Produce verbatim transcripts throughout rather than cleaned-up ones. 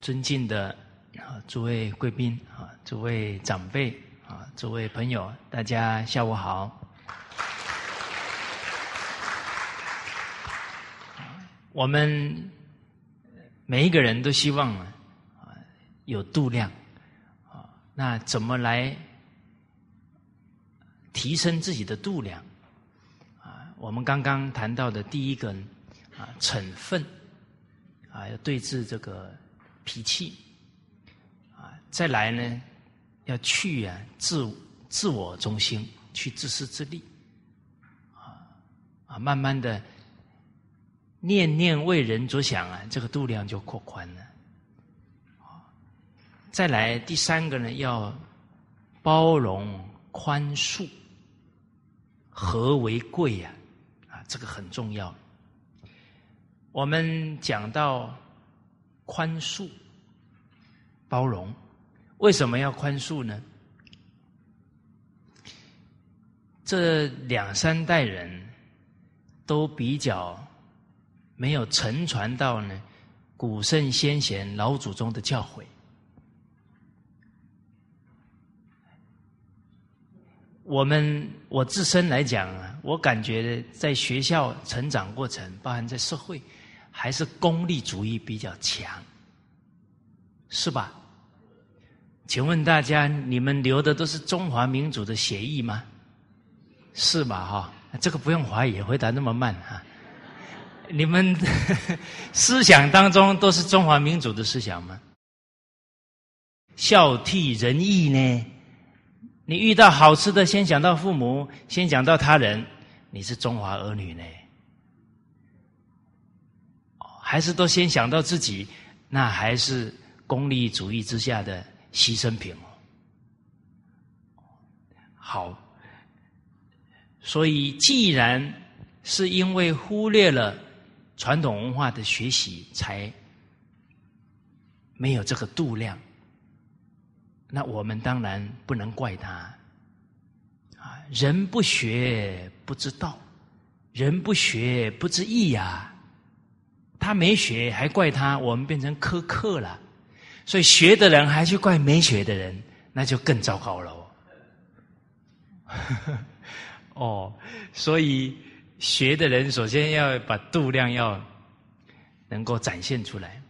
尊敬的啊诸位贵宾啊，诸位长辈啊，诸位朋友，大家下午好。我们每一个人都希望啊有度量啊，那怎么来提升自己的度量啊？我们刚刚谈到的第一个啊，嗔忿啊，要对治这个脾气啊，再来呢，要去啊自自我中心，去自私自利啊啊，慢慢的念念为人着想啊，这个度量就扩宽了。再来第三个呢，要包容宽恕，和为贵呀、啊，啊，这个很重要。我们讲到宽恕、包容，为什么要宽恕呢？这两三代人都比较没有承传到呢古圣先贤老祖宗的教诲。我们我自身来讲啊，我感觉在学校成长过程，包含在社会，还是功利主义比较强，是吧？请问大家，你们流的都是中华民族的血液吗？是吧？哈，这个不用怀疑，回答那么慢哈。你们思想当中都是中华民族的思想吗？孝悌仁义呢？你遇到好吃的，先想到父母，先想到他人，你是中华儿女呢？还是都先想到自己？那还是功利主义之下的牺牲品哦。好，所以既然是因为忽略了传统文化的学习，才没有这个度量。那我们当然不能怪他啊！人不学不知道，人不学不知义呀。他没学还怪他，我们变成苛刻了。所以学的人还去怪没学的人，那就更糟糕了哦。哦，所以学的人首先要把度量要能够展现出来。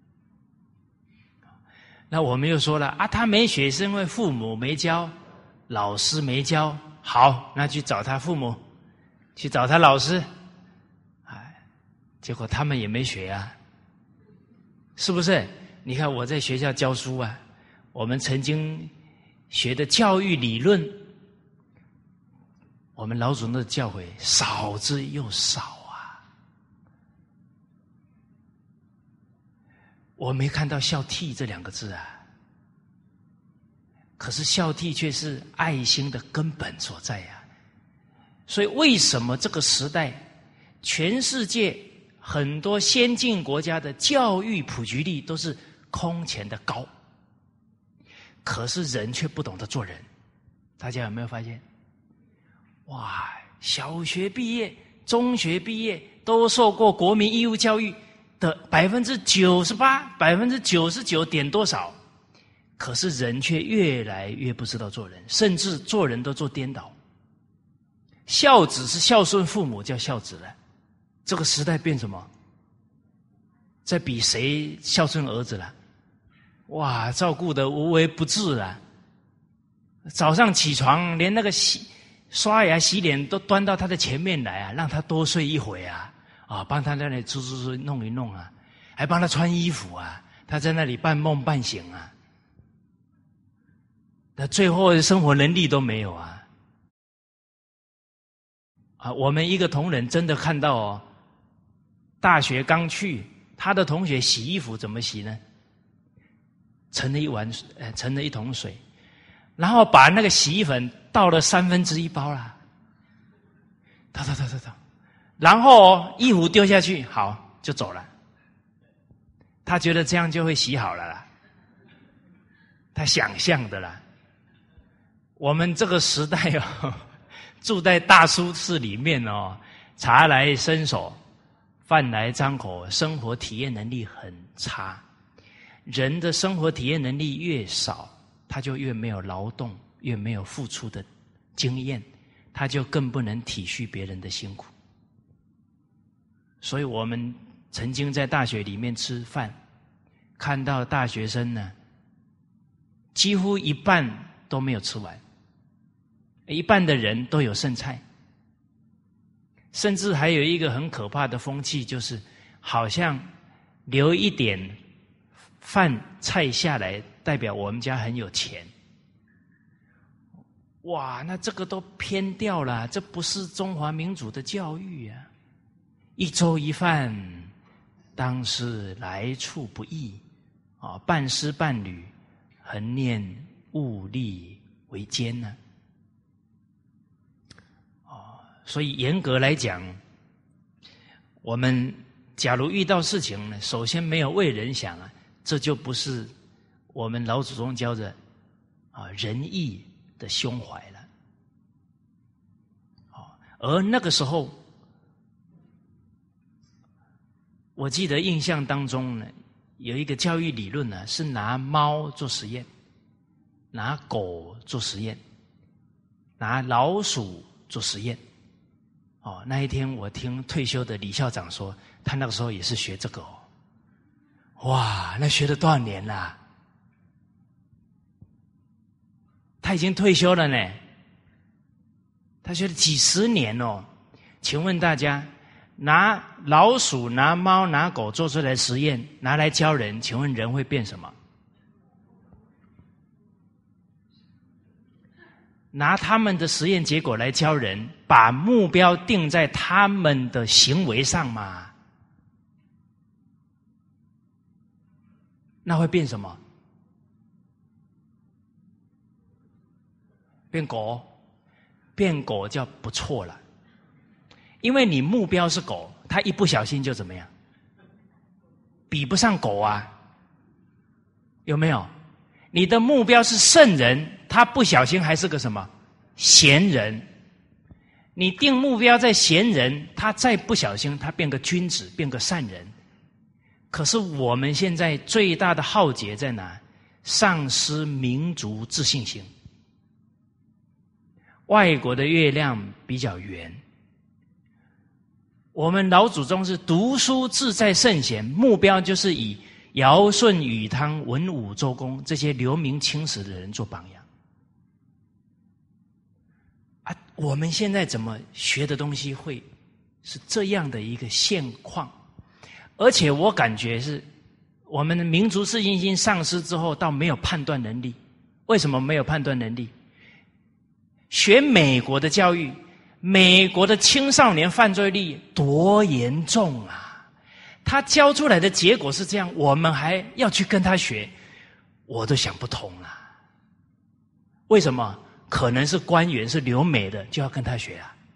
那我们又说了啊，他没学是因为父母没教，老师没教。好，那去找他父母，去找他老师，哎，结果他们也没学啊，是不是？你看我在学校教书啊，我们曾经学的教育理论，我们老祖宗的教诲少之又少啊，我没看到孝悌这两个字啊，可是孝悌却是爱心的根本所在啊。所以为什么这个时代全世界很多先进国家的教育普及率都是空前的高，可是人却不懂得做人？大家有没有发现？哇，小学毕业、中学毕业都受过国民义务教育的百分之九十八、百分之九十九点多少，可是人却越来越不知道做人，甚至做人都做颠倒。孝子是孝顺父母叫孝子了，这个时代变什么？在比谁孝顺儿子了？哇，照顾得无微不至了。早上起床连那个洗刷牙洗脸都端到他的前面来啊，让他多睡一会啊，啊，帮他在那里出出出弄一弄啊，还帮他穿衣服啊，他在那里半梦半醒啊，那最后生活能力都没有啊。啊，我们一个同仁真的看到哦，大学刚去，他的同学洗衣服怎么洗呢？盛了一碗，呃，盛了一桶水，然后把那个洗衣粉倒了三分之一包啦，倒倒倒倒倒，然后衣服丢下去，好就走了。他觉得这样就会洗好了啦，他想象的啦。我们这个时代哦，住在大都市里面哦，茶来伸手，饭来张口，生活体验能力很差。 人的生活体验能力越少，他就越没有劳动，越没有付出的经验，他就更不能体恤别人的辛苦。所以我们曾经在大学里面吃饭，看到大学生呢，几乎一半都没有吃完，一半的人都有剩菜，甚至还有一个很可怕的风气，就是好像留一点饭菜下来，代表我们家很有钱。哇，那这个都偏掉了，这不是中华民族的教育啊！一粥一饭，当是来处不易啊！半丝半缕，恒念物力维艰呢、啊。所以严格来讲，我们假如遇到事情呢，首先没有为人想啊，这就不是我们老祖宗教的啊仁义的胸怀了。啊，而那个时候，我记得印象当中呢，有一个教育理论呢，是拿猫做实验，拿狗做实验，拿老鼠做实验。哦，那一天我听退休的李校长说，他那个时候也是学这个哦。哇，那学了多少年啦？他已经退休了呢，他学了几十年哦。请问大家，拿老鼠、拿猫、拿狗做出来实验，拿来教人，请问人会变什么？拿他们的实验结果来教人，把目标定在他们的行为上嘛？那会变什么？变狗？变狗叫不错了，因为你目标是狗，他一不小心就怎么样？比不上狗啊，有没有？你的目标是圣人，他不小心还是个什么？贤人。你定目标在贤人，他再不小心，他变个君子，变个善人。可是我们现在最大的浩劫在哪？丧失民族自信心。外国的月亮比较圆，我们老祖宗是读书志在圣贤，目标就是以尧舜禹汤文武周公这些留名青史的人做榜样。啊，我们现在怎么学的东西会是这样的一个现况？而且我感觉是我们的民族自信心丧失之后，到没有判断能力。为什么没有判断能力？学美国的教育，美国的青少年犯罪率多严重啊！他教出来的结果是这样，我们还要去跟他学，我都想不通了。为什么？可能是官员是留美的，就要跟他学啊？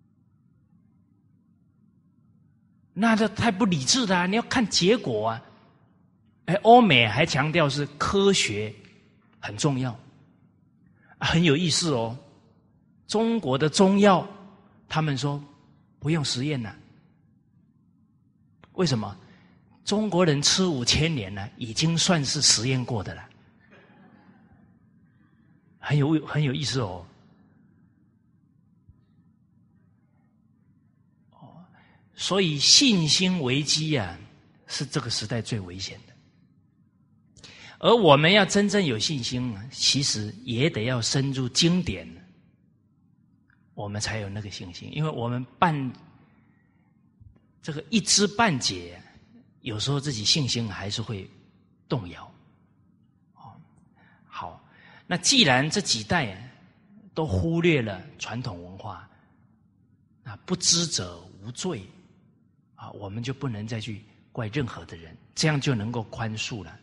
那这太不理智了啊！你要看结果啊！哎，欧美还强调是科学很重要，啊，很有意思哦。中国的中药，他们说不用实验了。为什么？中国人吃五千年了，已经算是实验过的了，很有很有意思哦。哦，所以信心危机啊，是这个时代最危险的。而我们要真正有信心啊，其实也得要深入经典，我们才有那个信心。因为我们半这个一知半解，有时候自己信心还是会动摇。哦，好，那既然这几代都忽略了传统文化，那不知者无罪啊，我们就不能再去怪任何的人，这样就能够宽恕了。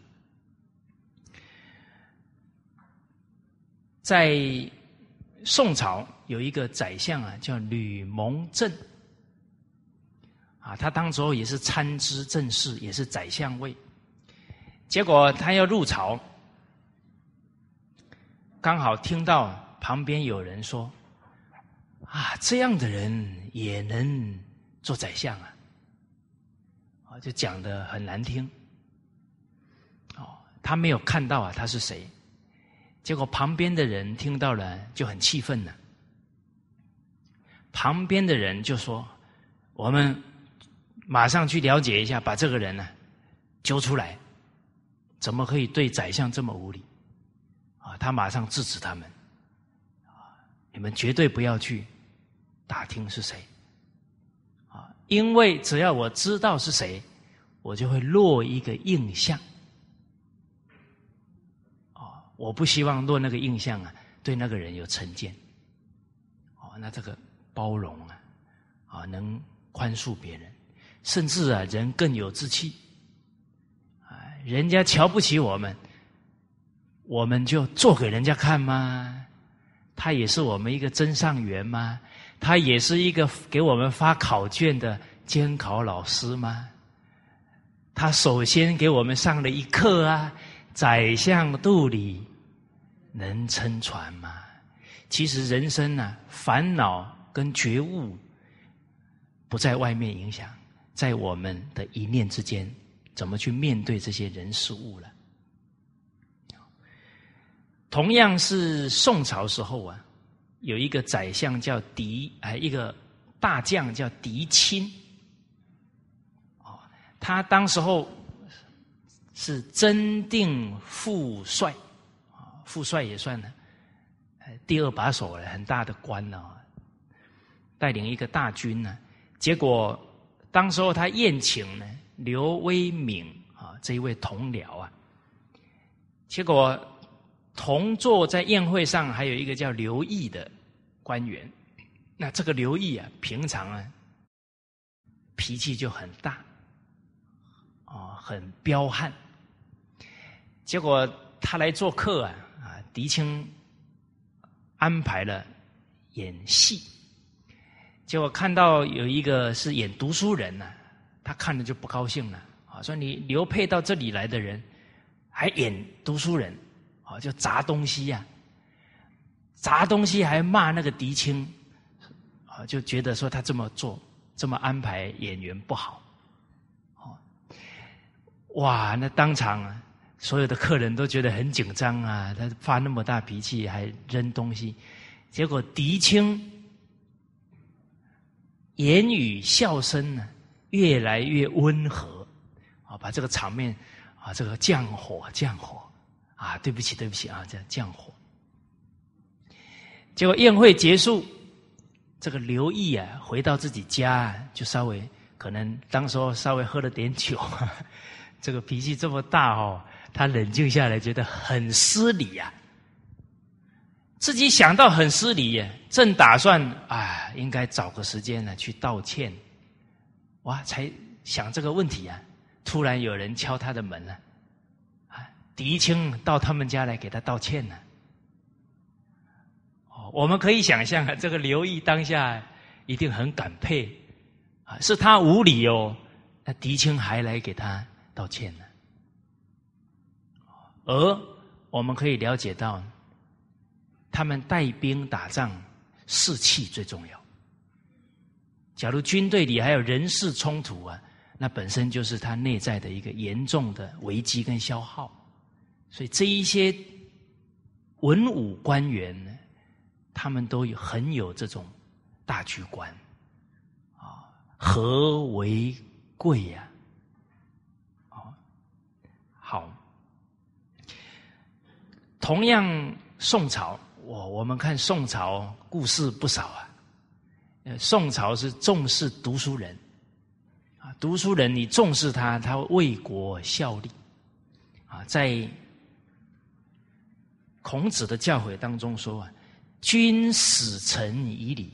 在宋朝有一个宰相啊，叫吕蒙正啊，他当时候也是参知政事，也是宰相位。结果他要入朝，刚好听到旁边有人说：“啊，这样的人也能做宰相啊！”啊，就讲得很难听。哦， 他没有看到啊，他是谁。结果旁边的人听到了就很气愤了。旁边的人就说：“我们马上去了解一下，把这个人呢、啊、揪出来，怎么可以对宰相这么无礼？”啊，他马上制止他们：“啊，你们绝对不要去打听是谁，啊，因为只要我知道是谁，我就会落一个印象。啊，我不希望落那个印象啊，对那个人有成见。哦，那这个包容啊，啊，能宽恕别人，甚至啊，人更有志气。啊，人家瞧不起我们，我们就做给人家看吗？他也是我们一个真上员吗？他也是一个给我们发考卷的监考老师吗？他首先给我们上了一课啊，宰相肚里能撑船吗？其实人生啊，烦恼跟觉悟不在外面影响，在我们的一念之间，怎么去面对这些人事物了。同样是宋朝时候啊，有一个宰相叫狄，哎，一个大将叫狄青。哦，他当时候是真定副帅，啊，副帅也算了，第二把手了，很大的官了，带领一个大军呢。结果当时候他宴请呢刘威敏啊这一位同僚啊，结果同坐在宴会上还有一个叫刘毅的官员。那这个刘毅啊，平常啊脾气就很大，啊，很彪悍。结果他来做客啊，啊，狄青安排了演戏，结果看到有一个是演读书人呢、啊，他看了就不高兴了，啊，说你刘配到这里来的人还演读书人。啊，就砸东西呀、啊，砸东西还骂那个狄青，啊，就觉得说他这么做，这么安排演员不好，哦，哇，那当场啊，所有的客人都觉得很紧张啊，他发那么大脾气还扔东西，结果狄青言语笑声呢越来越温和，啊，把这个场面啊这个降火降火。啊，对不起，对不起啊，这样降火。结果宴会结束，这个刘毅啊，回到自己家，就稍微可能当时候稍微喝了点酒，这个脾气这么大哦，他冷静下来，觉得很失礼呀、啊。自己想到很失礼呀，正打算啊，应该找个时间呢去道歉，哇，才想这个问题啊，突然有人敲他的门了。狄青到他们家来给他道歉呢。哦，我们可以想象啊，这个刘毅当下一定很感佩啊，是他无理哦，那狄青还来给他道歉呢。而我们可以了解到，他们带兵打仗，士气最重要。假如军队里还有人事冲突啊，那本身就是他内在的一个严重的危机跟消耗。所以这一些文武官员呢，他们都有很有这种大局观啊，和为贵呀、啊，啊，好。同样宋朝，我我们看宋朝故事不少啊。呃，宋朝是重视读书人啊，读书人你重视他，他会为国效力啊，在孔子的教诲当中说啊，君使臣以礼，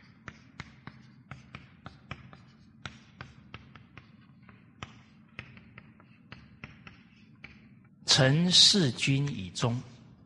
臣事君以忠。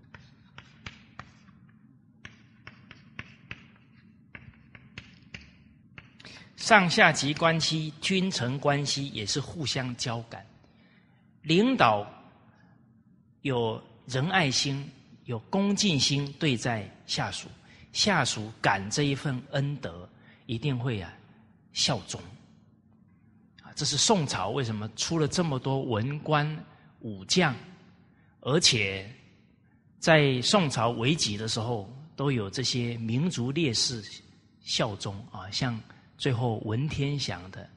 上下级关系、君臣关系也是互相交感，领导有仁爱心。有恭敬心对待下属，下属感这一份恩德，一定会啊效忠。啊，这是宋朝为什么出了这么多文官武将而且在宋朝危急的时候，都有这些民族烈士效忠啊，像最后文天祥的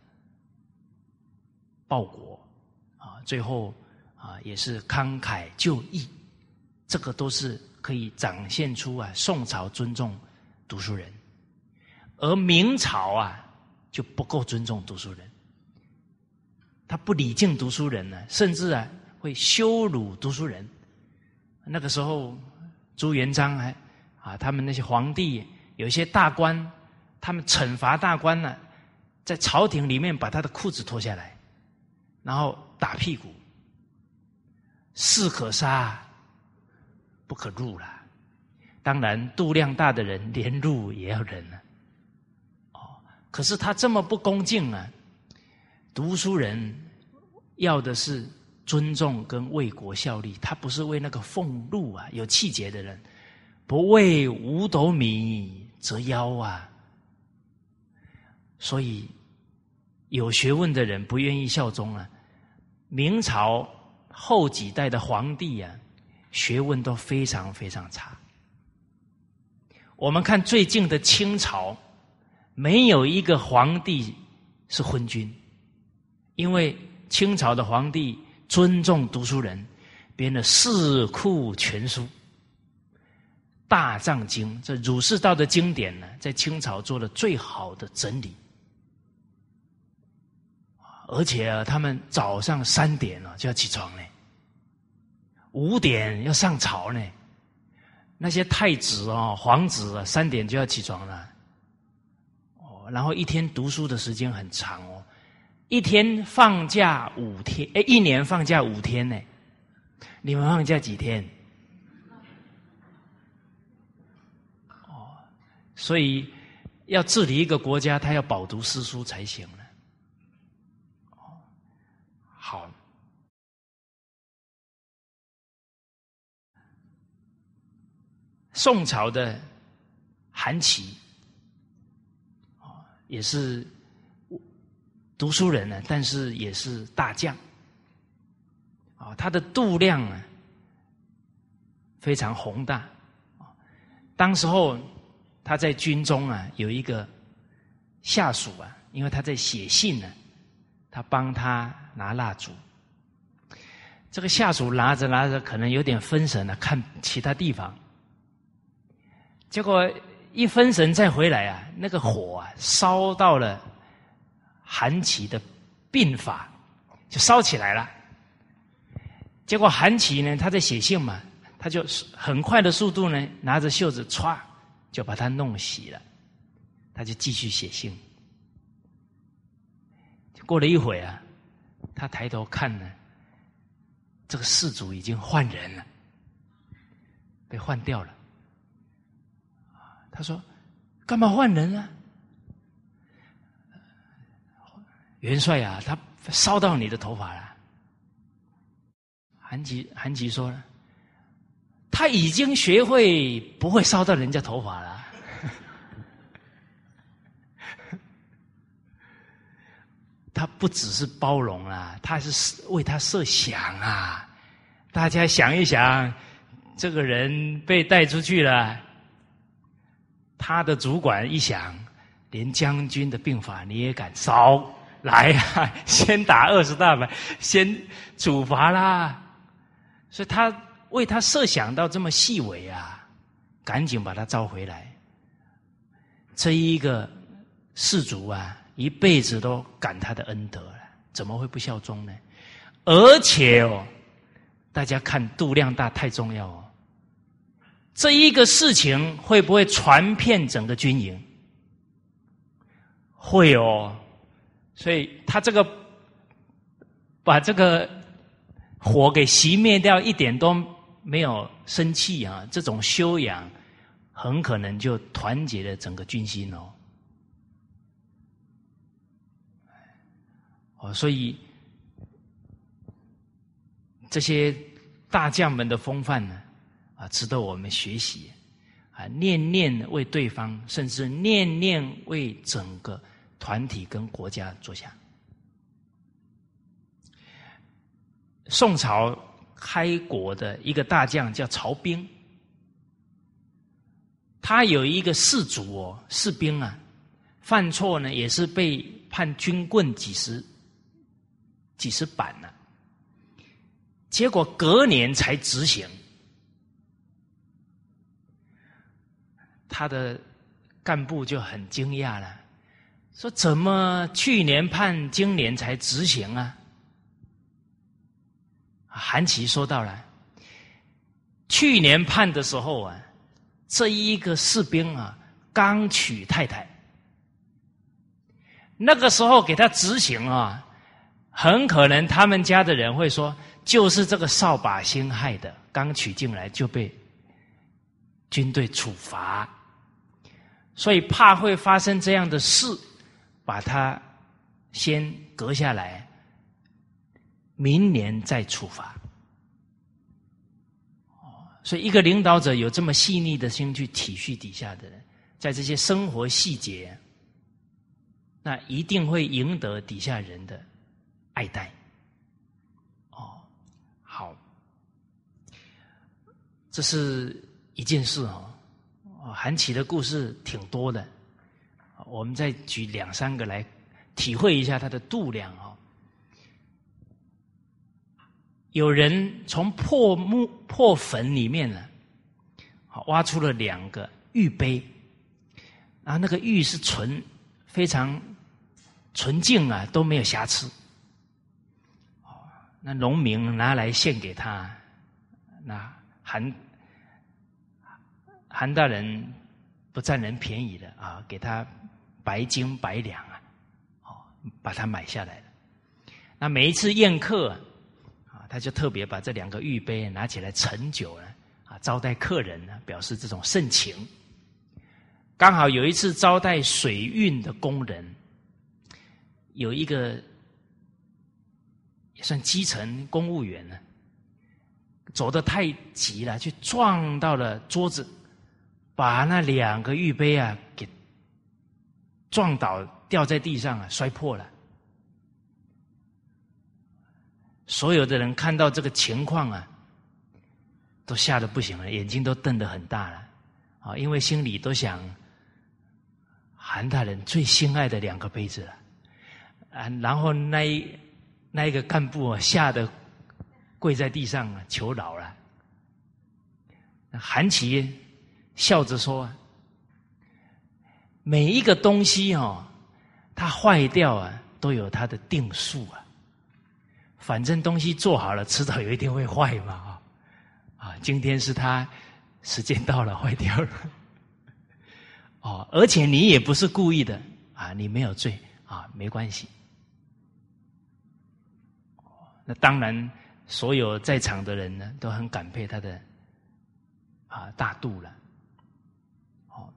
报国啊，最后啊也是慷慨就义，这个都是可以展现出啊宋朝尊重读书人，而明朝啊就不够尊重读书人，他不礼敬读书人呢，甚至啊会羞辱读书人。那个时候朱元璋还啊，他们那些皇帝有一些大官，他们惩罚大官呢，在朝廷里面把他的裤子脱下来，然后打屁股，士可杀不可入了。当然度量大的人连入也要忍了。哦，可是他这么不恭敬啊，读书人要的是尊重跟为国效力，他不是为那个俸禄啊，有气节的人，不为五斗米折腰啊。所以有学问的人不愿意效忠啊。明朝后几代的皇帝啊，学问都非常非常差。我们看最近的清朝，没有一个皇帝是昏君，因为清朝的皇帝尊重读书人，编了《四库全书》《大藏经》，这儒释道的经典呢，在清朝做了最好的整理。而且啊，他们早上三点啊就要起床呢，五点要上朝呢。那些太子啊、皇子啊，三点就要起床了。哦，然后一天读书的时间很长哦，一天放假五天，哎，一年放假五天呢。你们放假几天？哦，所以要治理一个国家，他要饱读诗书才行了。哦，好。宋朝的韩琦，也是读书人呢，但是也是大将。他的度量啊非常宏大。当时候他在军中啊有一个下属啊，因为他在写信呢，他帮他拿蜡烛。这个下属拿着拿着可能有点分神了，看其他地方。结果一分神再回来啊，那个火啊烧到了韩琦的鬓发，就烧起来了。结果韩琦呢，他在写信嘛，他就很快的速度呢，拿着袖子歘就把它弄熄了，他就继续写信。过了一会啊，他抬头看呢，这个事主已经换人了，被换掉了。他说：“干嘛换人啊？元帅啊，他烧到你的头发了。”韩琦韩琦说了：“他已经学会不会烧到人家头发了。”他不只是包容啊，他是为他设想啊。大家想一想，这个人被带出去了。他的主管一想，连将军的病法你也敢烧？来啊，先打二十大板，先处罚啦。所以他为他设想到这么细微啊，赶紧把他招回来。这一个士卒啊，一辈子都感他的恩德了，怎么会不效忠呢？而且哦，大家看度量大太重要哦。这一个事情会不会传遍整个军营？会哦，所以他这个把这个火给熄灭掉，一点都没有生气啊！这种修养很可能就团结了整个军心哦。哦，所以这些大将们的风范呢？啊，值得我们学习啊！念念为对方，甚至念念为整个团体跟国家着想。宋朝开国的一个大将叫曹彬，他有一个士卒哦，士兵啊，犯错呢也是被判军棍几十几十板呢、啊，结果隔年才执行。他的干部就很惊讶了，说怎么去年判，今年才执行啊？韩琦说到了，去年判的时候啊，这一个士兵啊刚娶太太，那个时候给他执行啊，很可能他们家的人会说，就是这个扫把星害的，刚娶进来就被军队处罚，所以怕会发生这样的事，把他先革下来，明年再处罚。所以一个领导者有这么细腻的心去体恤底下的人，在这些生活细节，那一定会赢得底下人的爱戴。哦，好，这是一件事哦。韩琦的故事挺多的，我们再举两三个来体会一下它的度量哦。有人从破墓破坟里面呢，挖出了两个玉杯，然后那个玉是纯非常纯净啊，都没有瑕疵。那农民拿来献给他，那韩韩大人不占人便宜的啊，给他白金百两啊，哦，把它买下来了。那每一次宴客啊，他就特别把这两个玉杯拿起来盛酒呢，啊，招待客人呢，表示这种盛情。刚好有一次招待水运的工人，有一个也算基层公务员呢，走得太急了，去撞到了桌子，把那两个玉杯啊给撞倒，掉在地上啊，摔破了。所有的人看到这个情况啊，都吓得不行了，眼睛都瞪得很大了啊，因为心里都想，韩大人最心爱的两个杯子了啊，然后那一那一个干部啊，吓得跪在地上啊求饶了。韩琦笑着说，每一个东西哦，它坏掉啊，都有它的定数啊。反正东西做好了，迟早有一天会坏嘛啊！啊，今天是它时间到了坏掉了，哦，而且你也不是故意的啊，你没有罪啊，没关系。那当然，所有在场的人呢，都很感佩他的啊大度了。哦，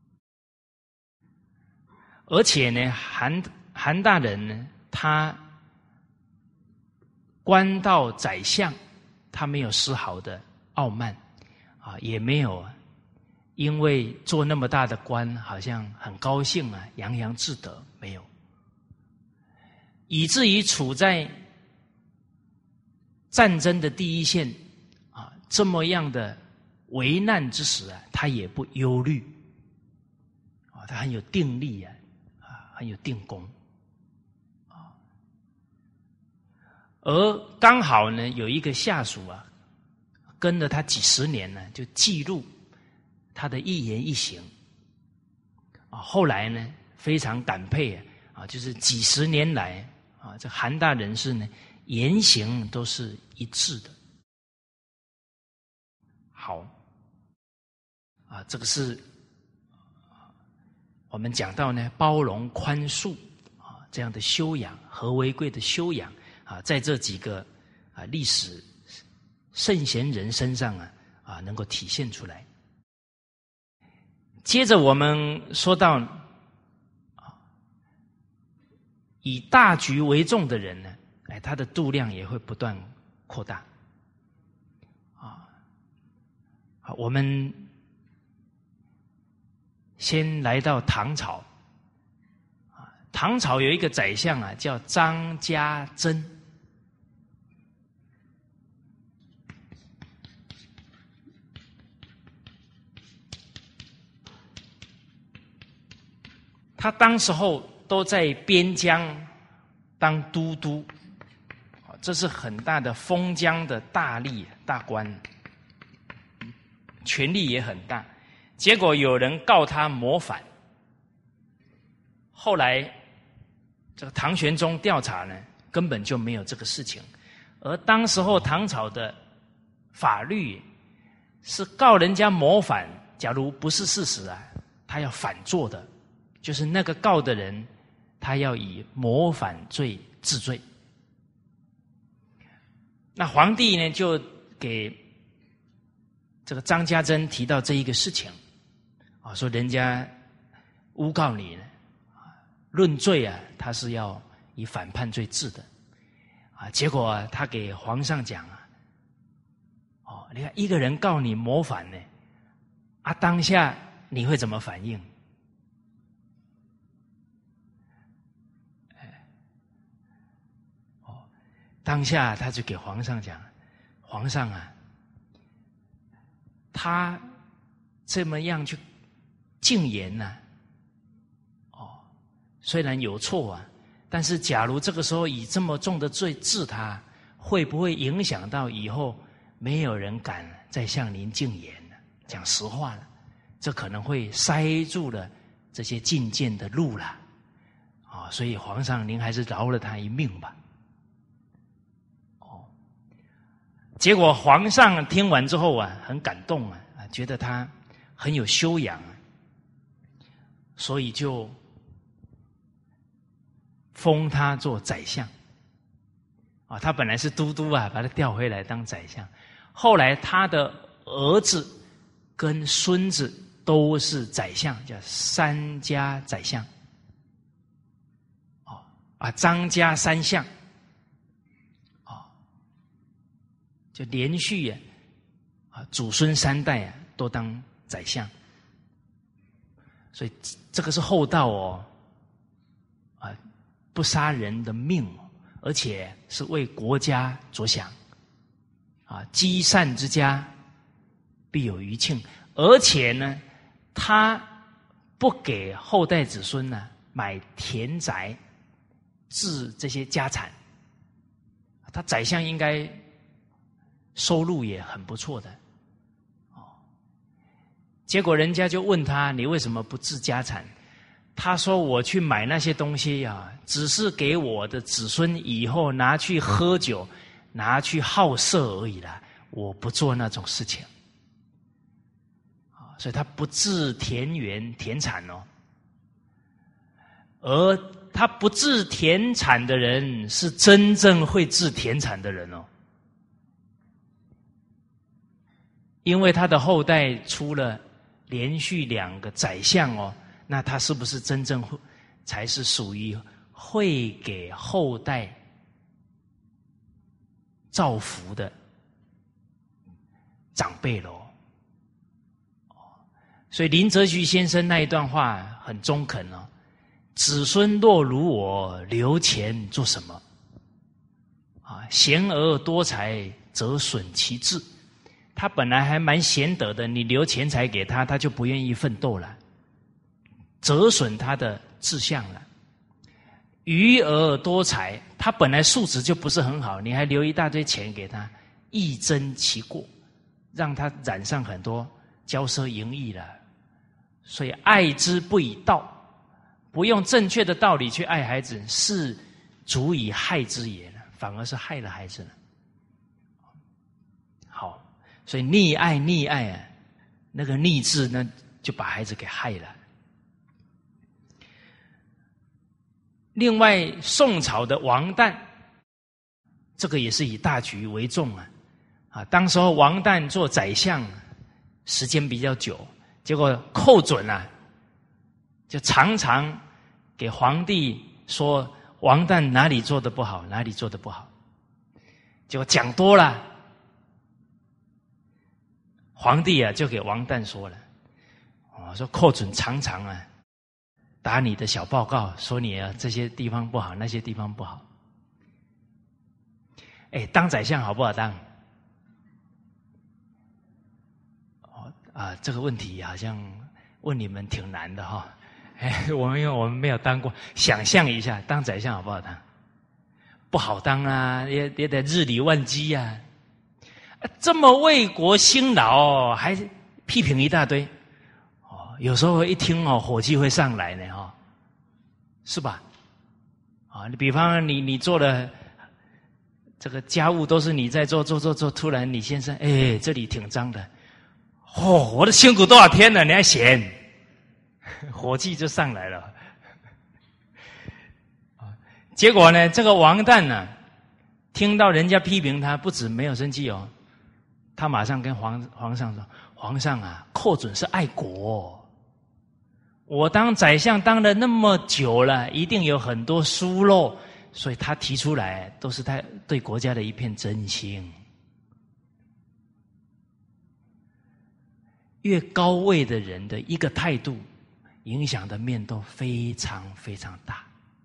而且呢，韩韩大人呢，他官到宰相，他没有丝毫的傲慢啊，也没有因为做那么大的官，好像很高兴啊，洋洋自得，没有，以至于处在战争的第一线啊，这么样的危难之时啊，他也不忧虑啊，他很有定力啊，啊，很有定功啊。而刚好呢，有一个下属啊，跟了他几十年呢，就记录他的一言一行啊。后来呢，非常感佩啊，就是几十年来啊，这韩大人士呢，言行都是一致的。好，啊，这个是我们讲到呢，包容宽恕啊这样的修养，和为贵的修养啊，在这几个啊历史圣贤人身上啊啊能够体现出来。接着我们说到啊，以大局为重的人呢，哎，他的度量也会不断扩大。啊，好，我们先来到唐朝。啊，唐朝有一个宰相啊，叫张家珍。 他当时候都在边疆当都督，这是很大的封疆的大吏大官，权力也很大。结果有人告他谋反，后来这个唐玄宗调查呢，根本就没有这个事情。而当时候唐朝的法律是告人家谋反，假如不是事实啊，他要反做的，就是那个告的人，他要以谋反罪治罪。那皇帝呢，就给这个张家珍提到这一个事情啊，说人家诬告你呢，论罪啊，他是要以反叛罪治的啊。结果啊，他给皇上讲啊，哦，你看一个人告你谋反呢，啊，当下你会怎么反应？哦，当下他就给皇上讲，皇上啊，他这么样去进言呢、啊，哦，虽然有错啊，但是假如这个时候以这么重的罪治他，会不会影响到以后没有人敢再向您进言呢？讲实话了，这可能会塞住了这些进谏的路了，啊、哦，所以皇上您还是饶了他一命吧。哦，结果皇上听完之后啊，很感动啊，觉得他很有修养啊，所以就封他做宰相。啊，他本来是都督啊，把他调回来当宰相。后来他的儿子跟孙子都是宰相，叫三家宰相。哦，啊，张家三相。哦，就连续啊，啊，祖孙三代啊都当宰相。所以这个是厚道哦，啊，不杀人的命哦。而且是为国家着想，啊，积善之家必有余庆。而且呢，他不给后代子孙呢买田宅，置这些家产，他宰相应该收入也很不错的，哦。结果人家就问他，你为什么不置家产？他说我去买那些东西啊，只是给我的子孙以后拿去喝酒，拿去好色而已啦，我不做那种事情。所以他不置田园田产哦。而他不置田产的人是真正会置田产的人哦。因为他的后代出了连续两个宰相哦，那他是不是真正会才是属于会给后代造福的长辈咯？所以林则徐先生那一段话很中肯哦，子孙若如我，留钱做什么？啊，贤而多财，则损其志。他本来还蛮贤德的，你留钱财给他，他就不愿意奋斗了，折损他的志向了。愚而多财，他本来素质就不是很好，你还留一大堆钱给他，益增其过，让他染上很多骄奢淫逸了。所以爱之不以道，不用正确的道理去爱孩子，是足以害之也了，反而是害了孩子了。好，所以溺爱溺爱啊，那个溺字呢，就把孩子给害了。另外，宋朝的王旦，这个也是以大局为重啊。啊，当时候王旦做宰相，时间比较久，结果寇准啊，就常常给皇帝说王旦哪里做得不好，哪里做得不好。结果讲多了，皇帝啊就给王旦说了，哦，说寇准常常啊打你的小报告，说你啊这些地方不好，那些地方不好。哎，当宰相好不好当？哦啊，这个问题好像问你们挺难的哈、哦。 哎，我们因为我们没有当过，想象一下，当宰相好不好当？不好当啊，也也得日理万机啊。这么为国辛劳，还批评一大堆，哦，有时候一听哦，火气会上来呢，哈、哦，是吧？啊，你比方你你做的这个家务都是你在做，做做做，突然你先生，哎，这里挺脏的，哦，我都辛苦多少天了，你还嫌，火气就上来了。结果呢，这个王旦呢，听到人家批评他，不止没有生气哦，他马上跟皇皇上说：“皇上啊，寇准是爱国，我当宰相当了那么久了，一定有很多疏漏，所以他提出来都是他对国家的一片真心。”越高位的人的一个态度，影响的面都非常非常大。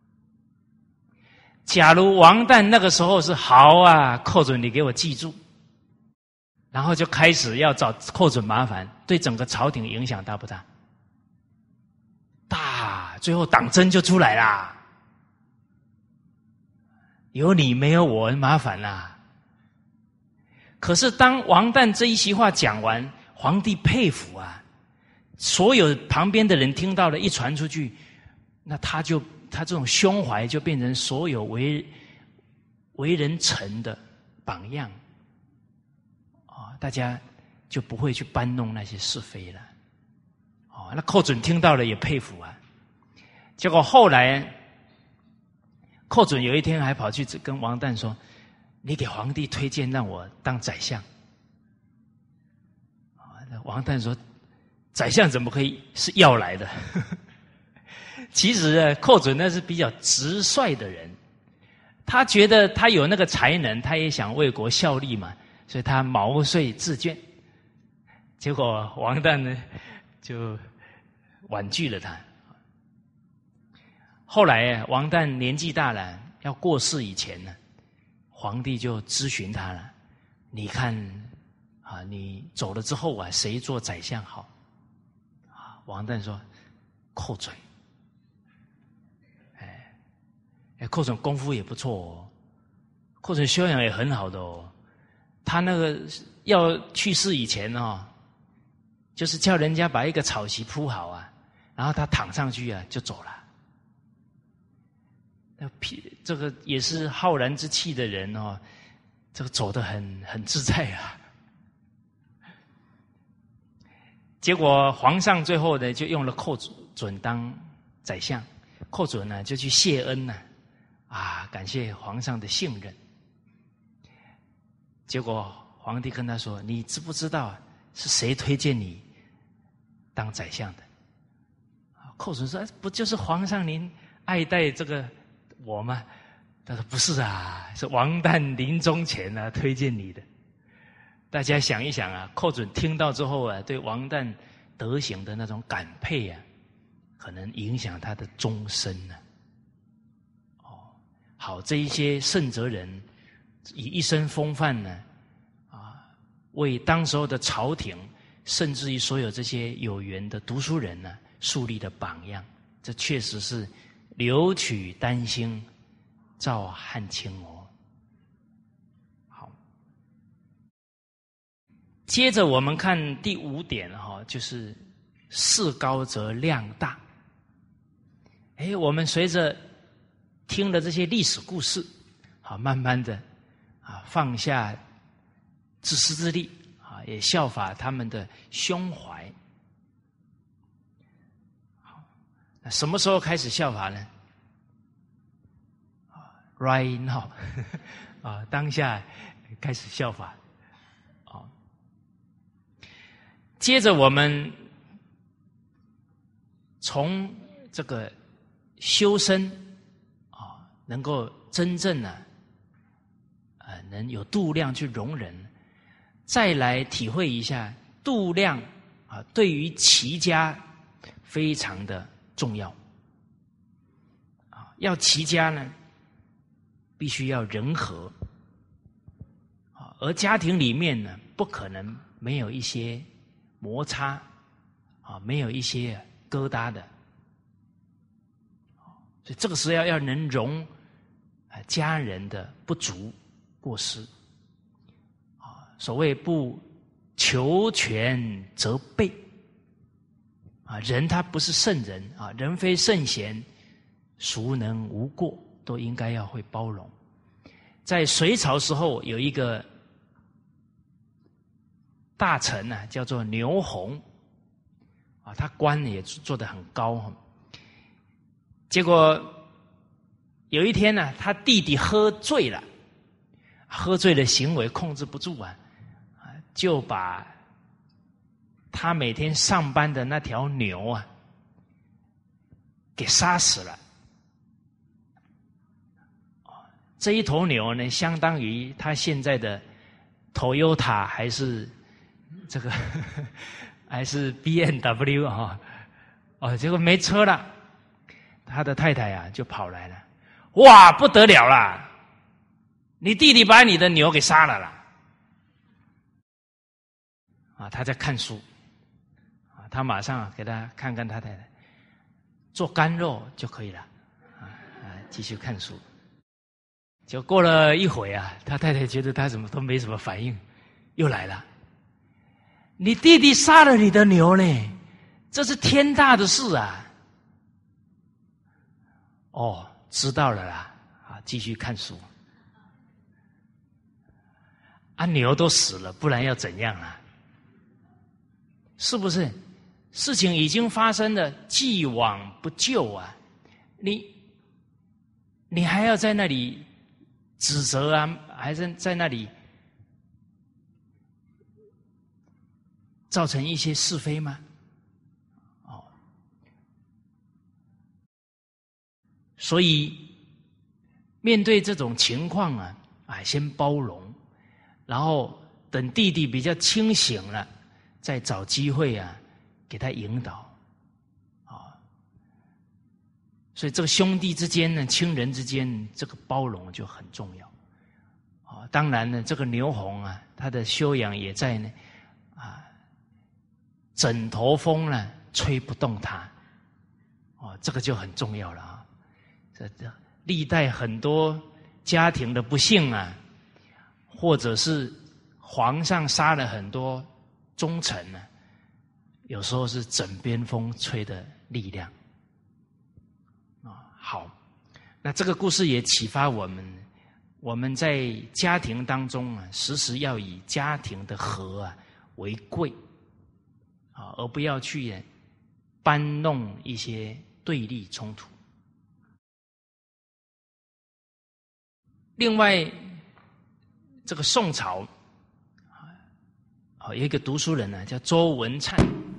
假如王旦那个时候是好啊，寇准你给我记住，然后就开始要找寇准麻烦，对整个朝廷影响大不大？大，最后党争就出来啦。有你没有我麻烦啦。可是当王旦这一席话讲完，皇帝佩服啊，所有旁边的人听到了，一传出去，那他就他这种胸怀就变成所有为为人臣的榜样啊、哦，大家就不会去搬弄那些是非了。哦，那寇准听到了也佩服啊。结果后来，寇准有一天还跑去跟王旦说：“你给皇帝推荐让我当宰相。”王旦说：“宰相怎么可以是要来的？”其实啊，寇准那是比较直率的人，他觉得他有那个才能，他也想为国效力嘛，所以他毛遂自荐。结果王旦呢，就婉拒了他。后来啊，王旦年纪大了，要过世以前呢，皇帝就咨询他了：“你看啊，你走了之后啊，谁做宰相好？”啊，王旦说：“寇准。”哎，寇准功夫也不错哦，寇准修养也很好的哦。他那个要去世以前哦，就是叫人家把一个草席铺好啊，然后他躺上去啊就走了。那这个也是浩然之气的人哦，这个走得很很自在啊。结果皇上最后呢就用了寇准当宰相，寇准呢就去谢恩呢。啊，感谢皇上的信任。结果皇帝跟他说：“你知不知道是谁推荐你当宰相的？”寇准说：“不就是皇上您爱戴这个我吗？”他说：“不是啊，是王旦临终前啊推荐你的。”大家想一想啊，寇准听到之后啊，对王旦德行的那种感佩啊，可能影响他的终身呢、啊。好，这一些圣哲人以一身风范呢，啊，为当时候的朝廷，甚至于所有这些有缘的读书人呢，树立的榜样。这确实是留取丹心照汗青哦。好，接着我们看第五点哈、哦，就是事高则量大。哎，我们随着听了这些历史故事，啊，慢慢的啊放下自私自利啊，也效法他们的胸怀。好，那什么时候开始效法呢？啊 ，right now 啊，当下开始效法。啊，接着我们从这个修身。能够真正呢、啊，呃，能有度量去容忍，再来体会一下度量啊，对于齐家非常的重要。啊，要齐家呢，必须要人和，啊，而家庭里面呢，不可能没有一些摩擦，啊，没有一些疙瘩的。 所以这个时候要能容家人的不足过失啊，所谓不求全则备啊，人他不是圣人啊，人非圣贤，孰能无过，都应该要会包容。在隋朝时候有一个大臣啊，叫做牛弘啊，他官也做得很高。结果有一天呢、啊，他弟弟喝醉了，喝醉的行为控制不住啊，就把他每天上班的那条牛啊给杀死了。这一头牛呢，相当于他现在的 Toyota 还是这个还是 B M W 啊？哦，结果没车了，他的太太啊就跑来了，哇，不得了啦！你弟弟把你的牛给杀了啦！啊，他在看书，啊，他马上给他看看他太太做干肉就可以了，啊啊，继续看书。就过了一会啊，他太太觉得他怎么都没什么反应，又来了。你弟弟杀了你的牛呢，这是天大的事啊！哦，知道了啦，啊，继续看书。啊，牛都死了，不然要怎样啊？是不是？事情已经发生了，既往不咎啊！你，你还要在那里指责啊，还是在那里造成一些是非吗？哦，所以面对这种情况啊，啊，先包容，然后等弟弟比较清醒了，再找机会啊，给他引导。所以这个兄弟之间呢，亲人之间，这个包容就很重要。啊，当然呢，这个牛弘啊，他的修养也在呢，啊，枕头风呢吹不动他，哦，这个就很重要了啊。这这历代很多家庭的不幸啊，或者是皇上杀了很多忠臣呢、啊，有时候是枕边风吹的力量。好，那这个故事也启发我们，我们在家庭当中啊，时时要以家庭的和啊为贵啊，而不要去搬弄一些对立冲突。另外，这个宋朝啊，有一个读书人呢、啊，叫周文灿。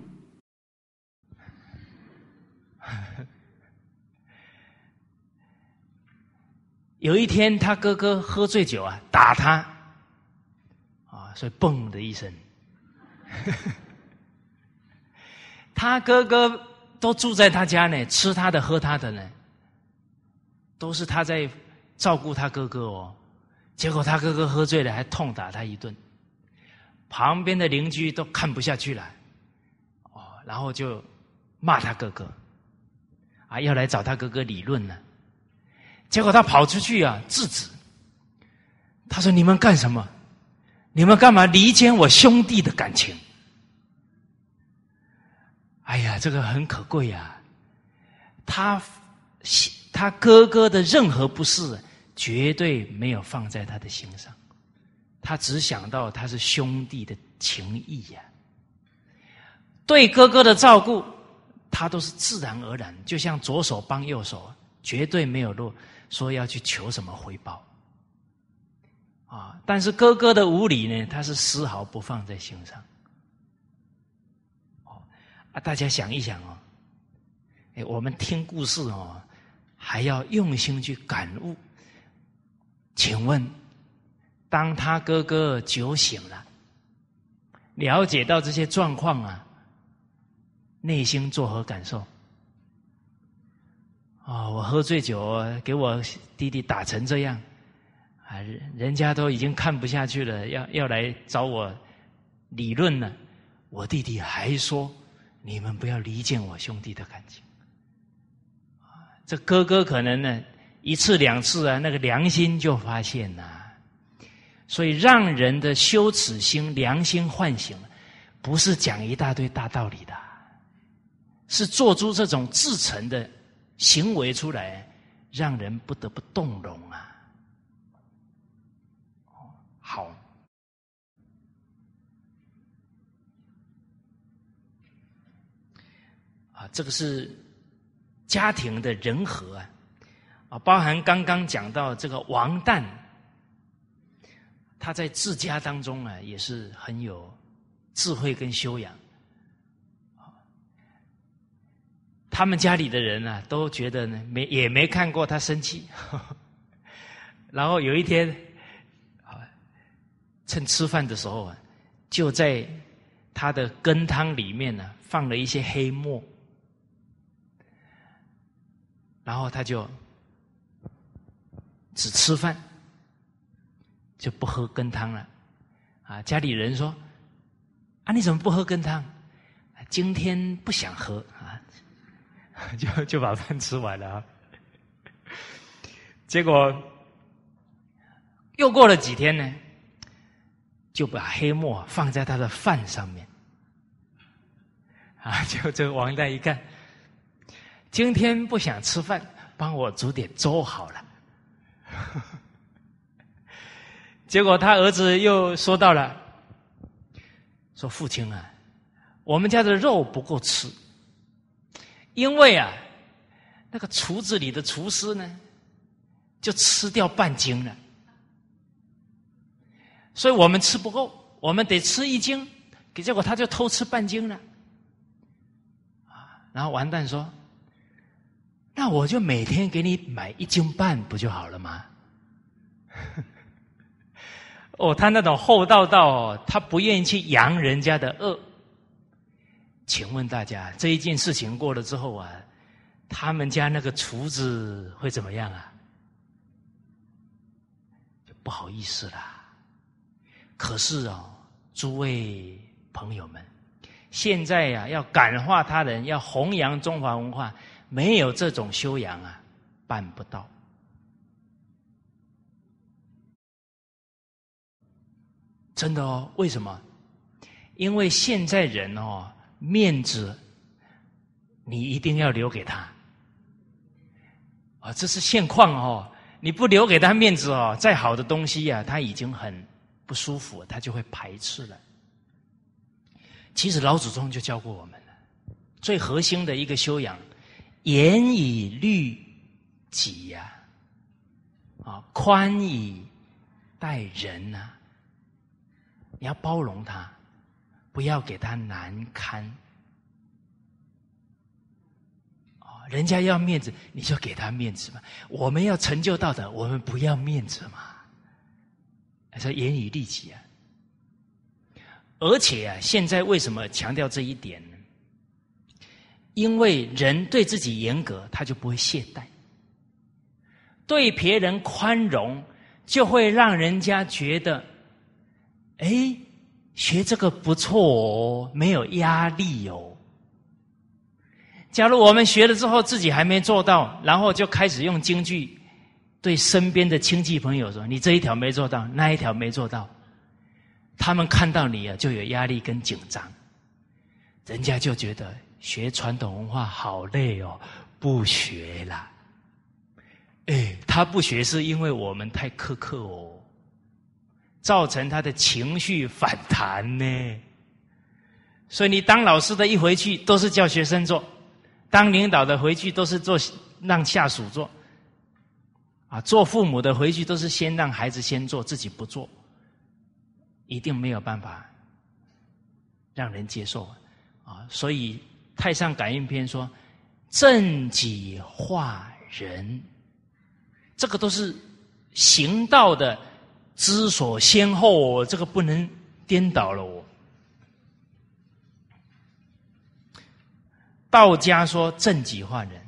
有一天，他哥哥喝醉酒啊，打他，啊，所以嘣的一声。他哥哥都住在他家呢，吃他的喝他的呢，都是他在照顾他哥哥哦。结果他哥哥喝醉了，还痛打他一顿，旁边的邻居都看不下去了，哦，然后就骂他哥哥，啊，要来找他哥哥理论呢。结果他跑出去啊，制止。他说：“你们干什么？你们干嘛离间我兄弟的感情？”哎呀，这个很可贵啊！他他哥哥的任何不是，绝对没有放在他的心上，他只想到他是兄弟的情谊呀、啊。对哥哥的照顾，他都是自然而然，就像左手帮右手，绝对没有落。说要去求什么回报啊？但是哥哥的无理呢，他是丝毫不放在心上。哦啊，大家想一想哦，哎，我们听故事哦，还要用心去感悟。请问，当他哥哥酒醒了，了解到这些状况啊，内心作何感受？哦，我喝醉酒，给我弟弟打成这样，啊，人家都已经看不下去了，要要来找我理论了。我弟弟还说：“你们不要离间我兄弟的感情。”啊， 这哥哥可能呢一次两次啊，那个良心就发现了、啊。所以让人的羞耻心、良心唤醒，不是讲一大堆大道理的，是做出这种自诚的行为出来，让人不得不动容啊。好，啊，这个是家庭的人和啊，啊，包含刚刚讲到这个王旦，他在治家当中啊，也是很有智慧跟修养。他们家里的人啊，都觉得呢，没也没看过他生气。然后有一天，啊，趁吃饭的时候啊，就在他的羹汤里面呢，放了一些黑末，然后他就只吃饭，就不喝羹汤了。啊，家里人说：“啊，你怎么不喝羹汤？”今天不想喝啊。就就把饭吃完了啊，结果又过了几天呢，就把黑末放在他的饭上面，啊，就这个王旦一看，今天不想吃饭，帮我煮点粥好了。结果他儿子又说到了，说父亲啊，我们家的肉不够吃。因为啊，那个厨子里的厨师呢，就吃掉半斤了，所以我们吃不够，我们得吃一斤，结果他就偷吃半斤了，啊，然后王旦说：“那我就每天给你买一斤半不就好了吗？”哦，他那种厚道到哦，他不愿意去扬人家的恶。请问大家，这一件事情过了之后啊，他们家那个厨子会怎么样啊？就不好意思啦。可是哦，诸位朋友们，现在呀、啊，要感化他人，要弘扬中华文化，没有这种修养啊，办不到。真的哦，为什么？因为现在人哦，面子你一定要留给他啊，这是现况哦。你不留给他面子哦，再好的东西啊，他已经很不舒服，他就会排斥了。其实老祖宗就教过我们了，最核心的一个修养，严以律己呀、啊，啊，宽以待人呐、啊，你要包容他。不要给他难堪，人家要面子，你就给他面子嘛。我们要成就道德，我们不要面子嘛。说严以律己啊。而且啊，现在为什么强调这一点呢？因为人对自己严格，他就不会懈怠；对别人宽容，就会让人家觉得，哎。学这个不错哦，没有压力哦。假如我们学了之后自己还没做到，然后就开始用京剧对身边的亲戚朋友说：“你这一条没做到，那一条没做到。”他们看到你啊，就有压力跟紧张，人家就觉得学传统文化好累哦，不学啦。哎，他不学是因为我们太苛刻哦。造成他的情绪反弹呢，所以你当老师的一回去都是叫学生做，当领导的回去都是做让下属做，啊，做父母的回去都是先让孩子先做，自己不做，一定没有办法让人接受啊。所以太上感应篇说：“正己化人”，这个都是行道的。知所先后，这个不能颠倒了我。道家说正己化人，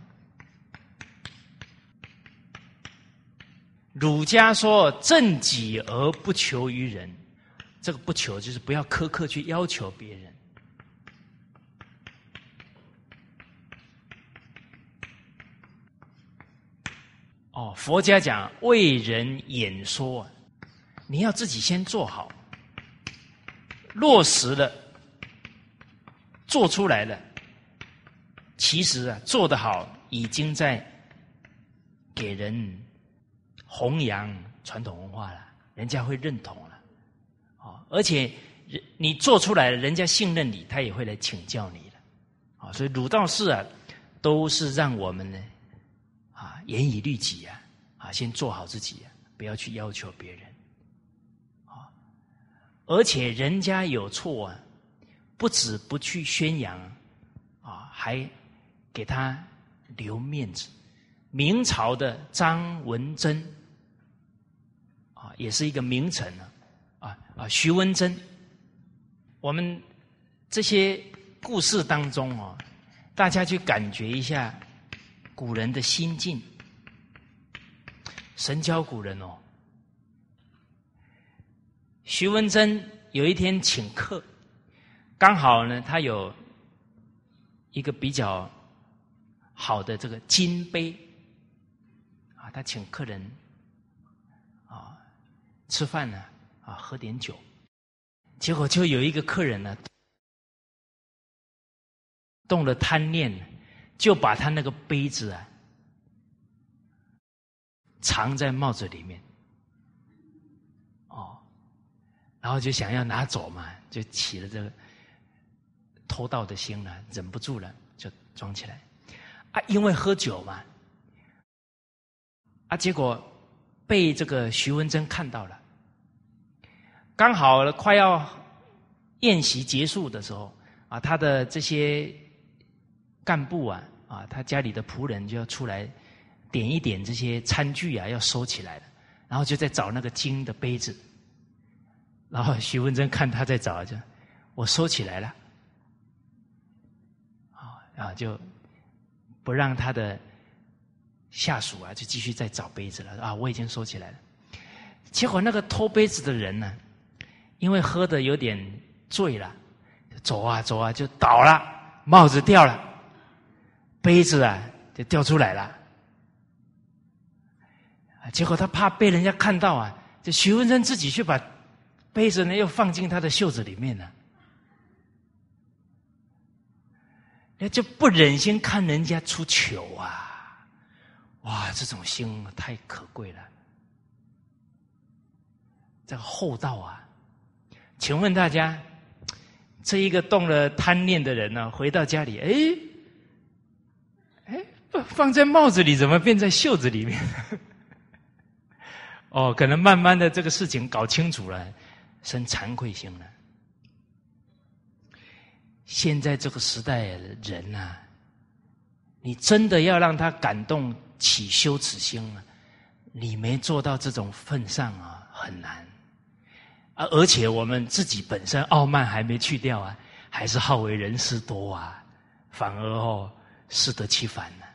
儒家说正己而不求于人，这个不求就是不要苛刻去要求别人。 哦，佛家讲为人演说，你要自己先做好，落实了，做出来了，其实啊，做得好已经在给人弘扬传统文化了，人家会认同了，哦，而且你做出来了，人家信任你，他也会来请教你了，啊，所以儒道释啊，都是让我们呢，啊，严以律己啊，啊，先做好自己啊，不要去要求别人，啊，而且人家有错啊，不止不去宣扬，啊，还给他留面子。明朝的张文珍，啊，也是一个名臣啊，啊啊，徐文珍，我们这些故事当中哦，大家去感觉一下古人的心境。神教古人哦，徐文珍有一天请客，刚好呢，他有一个比较好的这个金杯。他请客人啊吃饭呢啊喝点酒，结果就有一个客人呢动了贪念，就把他那个杯子啊藏在帽子里面，哦，然后就想要拿走嘛，就起了这个偷盗的心了，忍不住了，就装起来啊，因为喝酒嘛。啊！结果被这个徐文珍看到了，刚好快要宴席结束的时候啊，他的这些干部啊啊，他家里的仆人就要出来点一点这些餐具啊，要收起来了，然后就在找那个金的杯子，然后徐文珍看他在找，就我收起来了，啊啊，就不让他的下属啊，就继续在找杯子了啊！我已经收起来了。结果那个偷杯子的人呢，因为喝的有点醉了，走啊走啊就倒了，帽子掉了，杯子啊就掉出来了。结果他怕被人家看到啊，就徐文珍自己去把杯子呢又放进他的袖子里面了，就不忍心看人家出糗啊。哇，这种心太可贵了，这个厚道啊！请问大家，这一个动了贪念的人呢、啊，回到家里，哎，哎，放在帽子里，怎么变在袖子里面？哦，可能慢慢的这个事情搞清楚了，生惭愧心了。现在这个时代人啊，你真的要让他感动起羞耻心了，你没做到这种份上啊，很难啊！而且我们自己本身傲慢还没去掉啊，还是好为人师多啊，反而哦适得其反呢、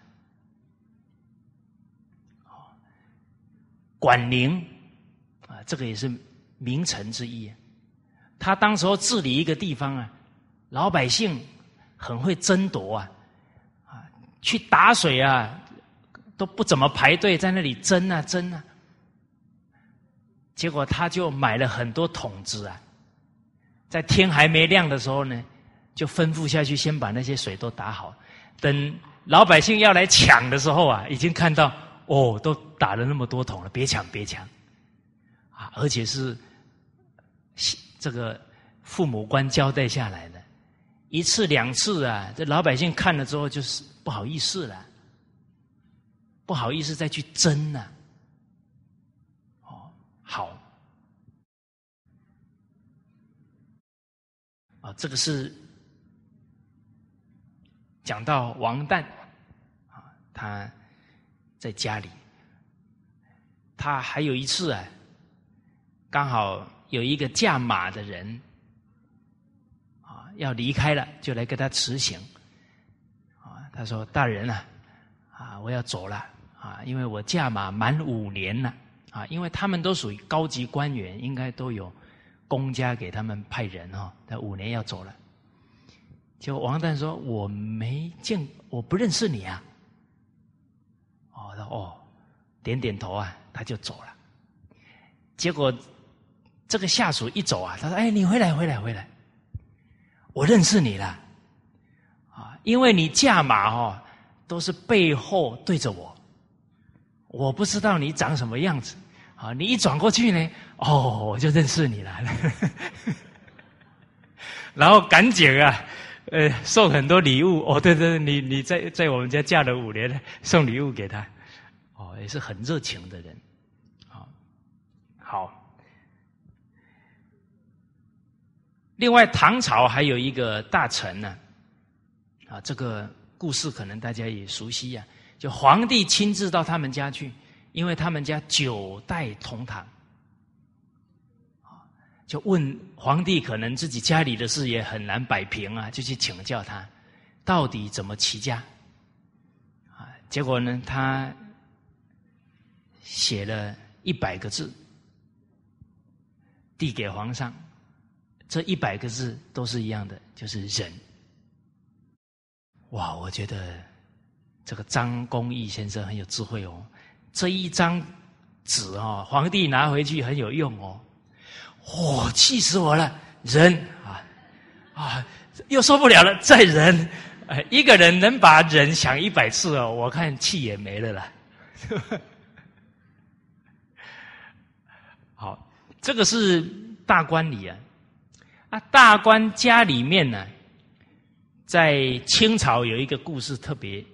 啊。管宁啊，这个也是名臣之一、啊。他当时候治理一个地方啊，老百姓很会争夺啊，啊，去打水啊。都不怎么排队，在那里争啊争啊，结果他就买了很多桶子啊，在天还没亮的时候呢，就吩咐下去，先把那些水都打好。等老百姓要来抢的时候啊，已经看到哦，都打了那么多桶了，别抢别抢啊！而且是这个父母官交代下来的，一次两次啊，这老百姓看了之后就是不好意思了。不好意思再去争了、啊、哦，好啊，这个是讲到王旦啊，他在家里，他还有一次啊，刚好有一个驾马的人啊要离开了，就来跟他辞行啊，他说：“大人啊，啊，我要走了。”啊，因为我驾马满五年了啊，因为他们都属于高级官员，应该都有公家给他们派人哦，他五年要走了。结果王旦说：“我没见，我不认识你啊。”哦，他说：“哦， 点点头啊，他就走了。结果这个下属一走啊，他说：“哎，你回来，回来，回来，我认识你了啊，因为你驾马哦，都是背后对着我，我不知道你长什么样子啊，你一转过去呢，哦，我就认识你了。”然后赶紧啊，呃，送很多礼物。哦，对对，你你在在我们家嫁了五年，送礼物给他。哦，也是很热情的人。好，好。另外，唐朝还有一个大臣呢，啊，这个故事可能大家也熟悉啊，就皇帝亲自到他们家去，因为他们家九代同堂。就问皇帝，可能自己家里的事也很难摆平啊，就去请教他，到底怎么齐家啊？结果呢，他写了一百个字，递给皇上。这一百个字都是一样的，就是忍。哇，我觉得这个张公义先生很有智慧哦。这一张纸哦，皇帝拿回去很有用哦。哦，气死我了！忍啊啊，又受不了了，再忍。呃，一个人能把忍想一百次哦，我看气也没了啦。好，这个是大观里啊。啊，大观家里面呢，在清朝有一个故事特别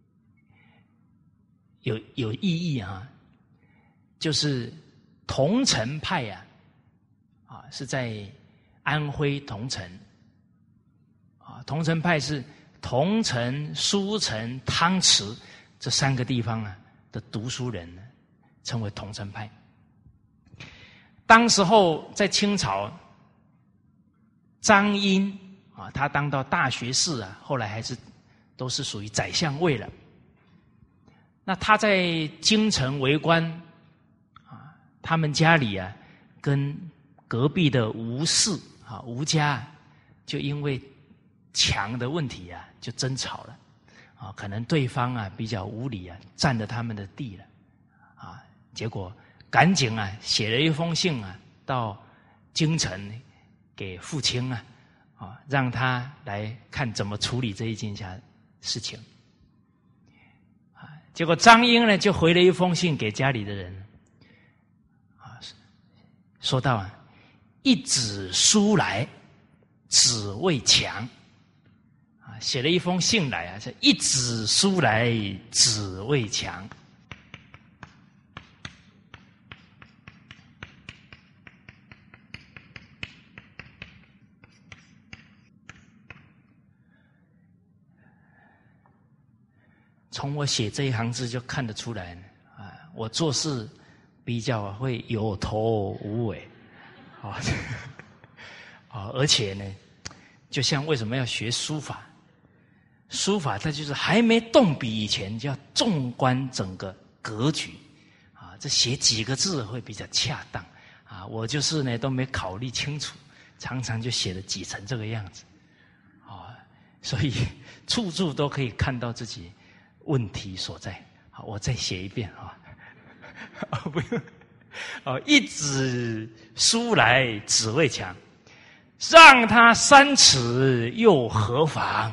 有有意义啊，就是桐城派啊。啊，是在安徽桐城。啊，桐城派是桐城、书城、汤池这三个地方啊的读书人呢，称为桐城派。当时候在清朝，张英啊，他当到大学士啊，后来还是都是属于宰相位了。那他在京城为官啊，他们家里啊跟隔壁的吴氏啊，吴家就因为墙的问题啊，就争吵了啊，可能对方啊比较无理啊，占了他们的地了啊，结果赶紧啊写了一封信啊到京城给父亲啊啊，让他来看怎么处理这一件下事情啊，结果张英呢就回了一封信给家里的人啊，说到啊。一纸书来，只为墙。啊，写了一封信来啊，是一纸书来，只为墙。从我写这一行字就看得出来啊，我做事比较会有头无尾。啊，啊，而且呢，就像为什么要学书法？书法它就是还没动笔以前，就要纵观整个格局啊，这写几个字会比较恰当啊。我就是呢都没考虑清楚，常常就写了几成这个样子啊，所以处处都可以看到自己问题所在。好，我再写一遍啊，啊不用。哦，一纸书来只为墙，让他三尺又何妨？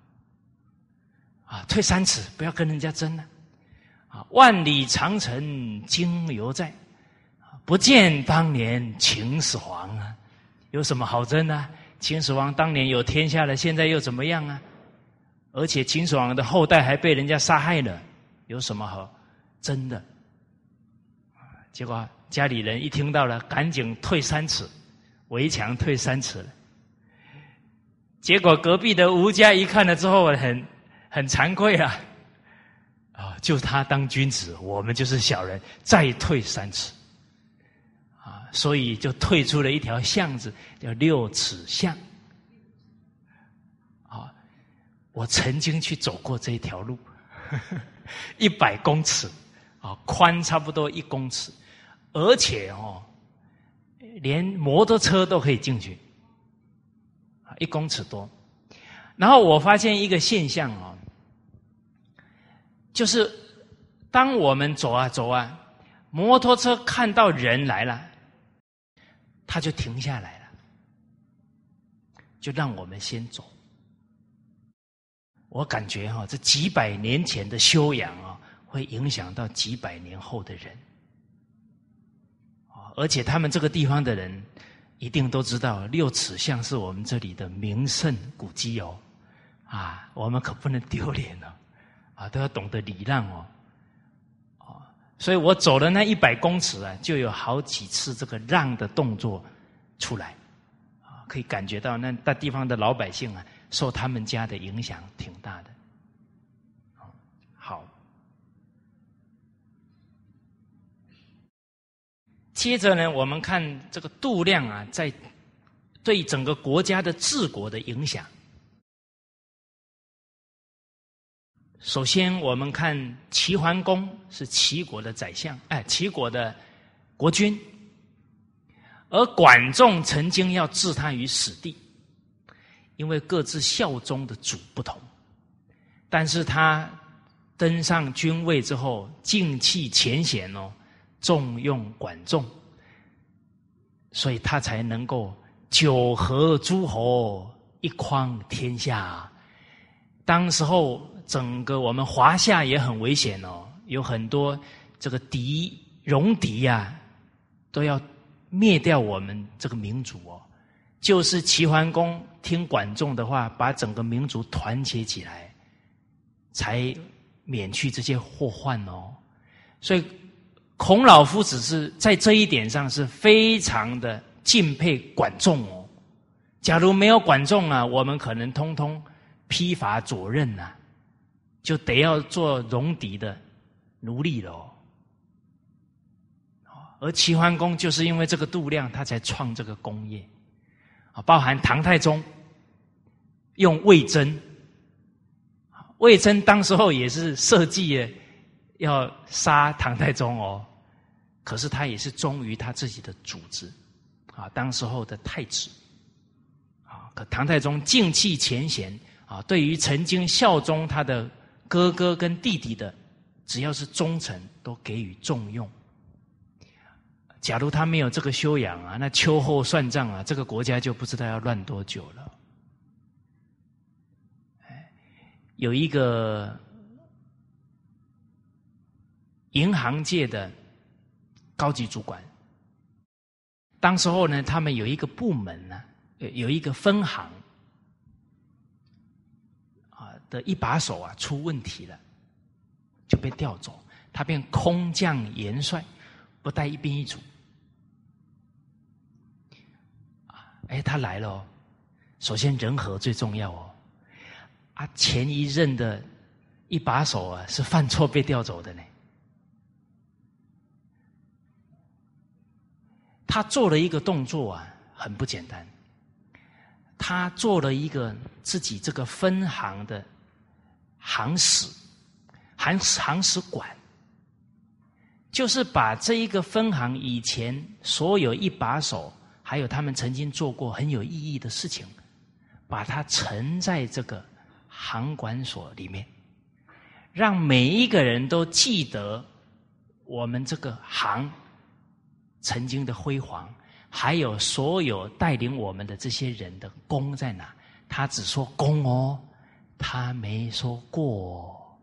啊，退三尺，不要跟人家争了。啊，万里长城今犹在，不见当年秦始皇啊，有什么好争啊？秦始皇当年有天下了，现在又怎么样啊？而且秦始皇的后代还被人家杀害了，有什么好争的？结果家里人一听到了，赶紧退三尺，围墙退三尺了。结果隔壁的吴家一看了之后，很很惭愧啊，啊，就他当君子，我们就是小人，再退三尺，啊，所以就退出了一条巷子，叫六尺巷。啊，我曾经去走过这条路，一百公尺，啊，宽差不多一公尺。而且哦，连摩托车都可以进去，一公尺多。然后我发现一个现象哦，就是当我们走啊走啊，摩托车看到人来了，他就停下来了，就让我们先走。我感觉哈、哦，这几百年前的修养啊、哦，会影响到几百年后的人。而且他们这个地方的人一定都知道，六尺巷是我们这里的名胜古迹哦，啊，我们可不能丢脸哦，啊，都要懂得礼让哦，哦，所以我走了那一百公尺啊，就有好几次这个让的动作出来，啊，可以感觉到那那地方的老百姓啊，受他们家的影响挺大的。好。接着呢，我们看这个度量啊，在对整个国家的治国的影响。首先，我们看齐桓公是齐国的宰相，哎，齐国的国君，而管仲曾经要置他于死地，因为各自效忠的主不同。但是他登上君位之后，尽弃前嫌哦。重用管仲，所以他才能够九合诸侯，一匡天下。当时候整个我们华夏也很危险哦，有很多这个敌戎狄啊，都要灭掉我们这个民族哦。就是齐桓公听管仲的话，把整个民族团结起来，才免去这些祸患哦。所以孔老夫子是在这一点上是非常的敬佩管仲哦。假如没有管仲啊，我们可能通通披发左衽啊，就得要做戎狄的奴隶了哦。而齐桓公就是因为这个度量，他才创这个功业啊，包含唐太宗用魏征，魏征当时候也是设计了要杀唐太宗哦。可是他也是忠于他自己的主子啊，当时候的太子啊。可唐太宗尽弃前嫌啊，对于曾经效忠他的哥哥跟弟弟的，只要是忠臣，都给予重用。假如他没有这个修养啊，那秋后算账啊，这个国家就不知道要乱多久了。有一个银行界的高级主管，当时候呢，他们有一个部门呢、啊，有一个分行啊的一把手啊出问题了，就被调走，他变空降元帅，不带一兵一卒。哎，他来了哦，首先人和最重要哦。啊，前一任的一把手啊是犯错被调走的呢。他做了一个动作啊，很不简单。他做了一个自己这个分行的行史，行行史馆，就是把这一个分行以前所有一把手，还有他们曾经做过很有意义的事情，把它存在这个行管所里面，让每一个人都记得我们这个行曾经的辉煌，还有所有带领我们的这些人的功在哪？他只说功哦，他没说过。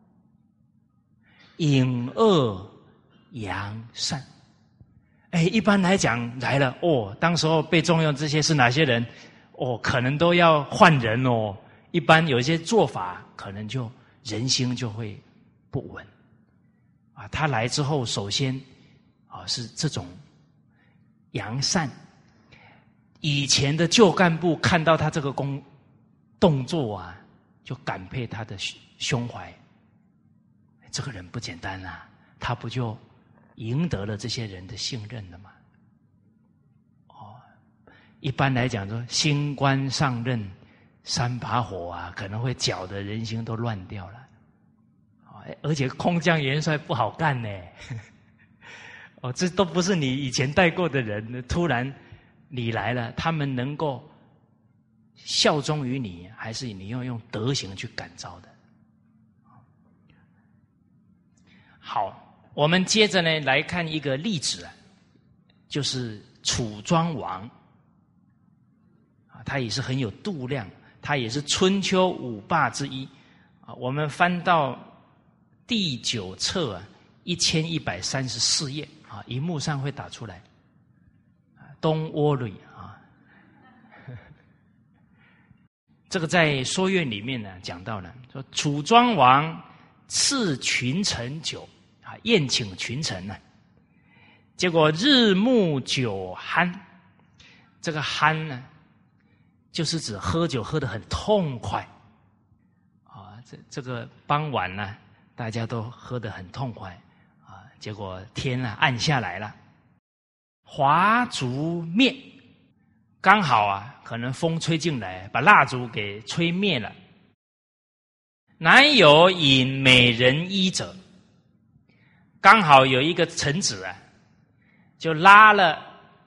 隐恶扬善，哎，一般来讲来了哦，当时候被重用这些是哪些人？哦，可能都要换人哦。一般有一些做法，可能就人心就会不稳啊。他来之后，首先啊是这种扬善，以前的旧干部看到他这个工动作啊，就感佩他的胸怀。这个人不简单啊，他不就赢得了这些人的信任了吗？哦，一般来讲说，新官上任三把火啊，可能会搅得人心都乱掉了。而且空降元帅不好干呢。哦，这都不是你以前带过的人，突然你来了，他们能够效忠于你，还是你要用德行去感召的？ 好，我们接着呢来看一个例子啊，就是楚庄王啊，他也是很有度量，他也是春秋五霸之一啊。我们翻到第九册啊，一千一百三十四页啊，荧幕上会打出来。东阿芮啊，这个在说苑里面呢讲到了，说楚庄王赐群臣酒啊，宴请群臣呢、啊，结果日暮酒酣，这个酣呢，就是指喝酒喝得很痛快啊。这这个傍晚呢，大家都喝得很痛快啊，结果天啊暗下来了。华烛灭，刚好啊，可能风吹进来，把蜡烛给吹灭了。南有饮美人衣者，刚好有一个臣子啊，就拉了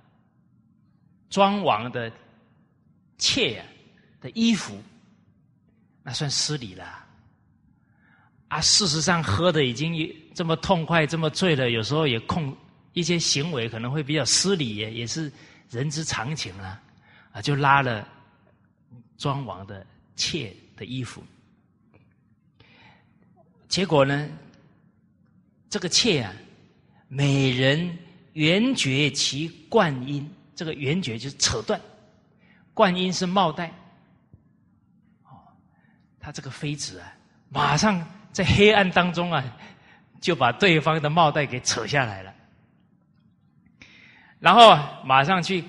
庄王的妾、啊、的衣服，那算失礼了啊！事实上，喝的已经这么痛快，这么醉了，有时候也控。一些行为可能会比较失礼，也也是人之常情啦、啊，啊，就拉了庄王的妾的衣服，结果呢，这个妾啊，美人圆绝其冠缨，这个圆绝就是扯断，冠缨是帽带，哦，他这个妃子啊，马上在黑暗当中啊，就把对方的帽带给扯下来了。然后马上去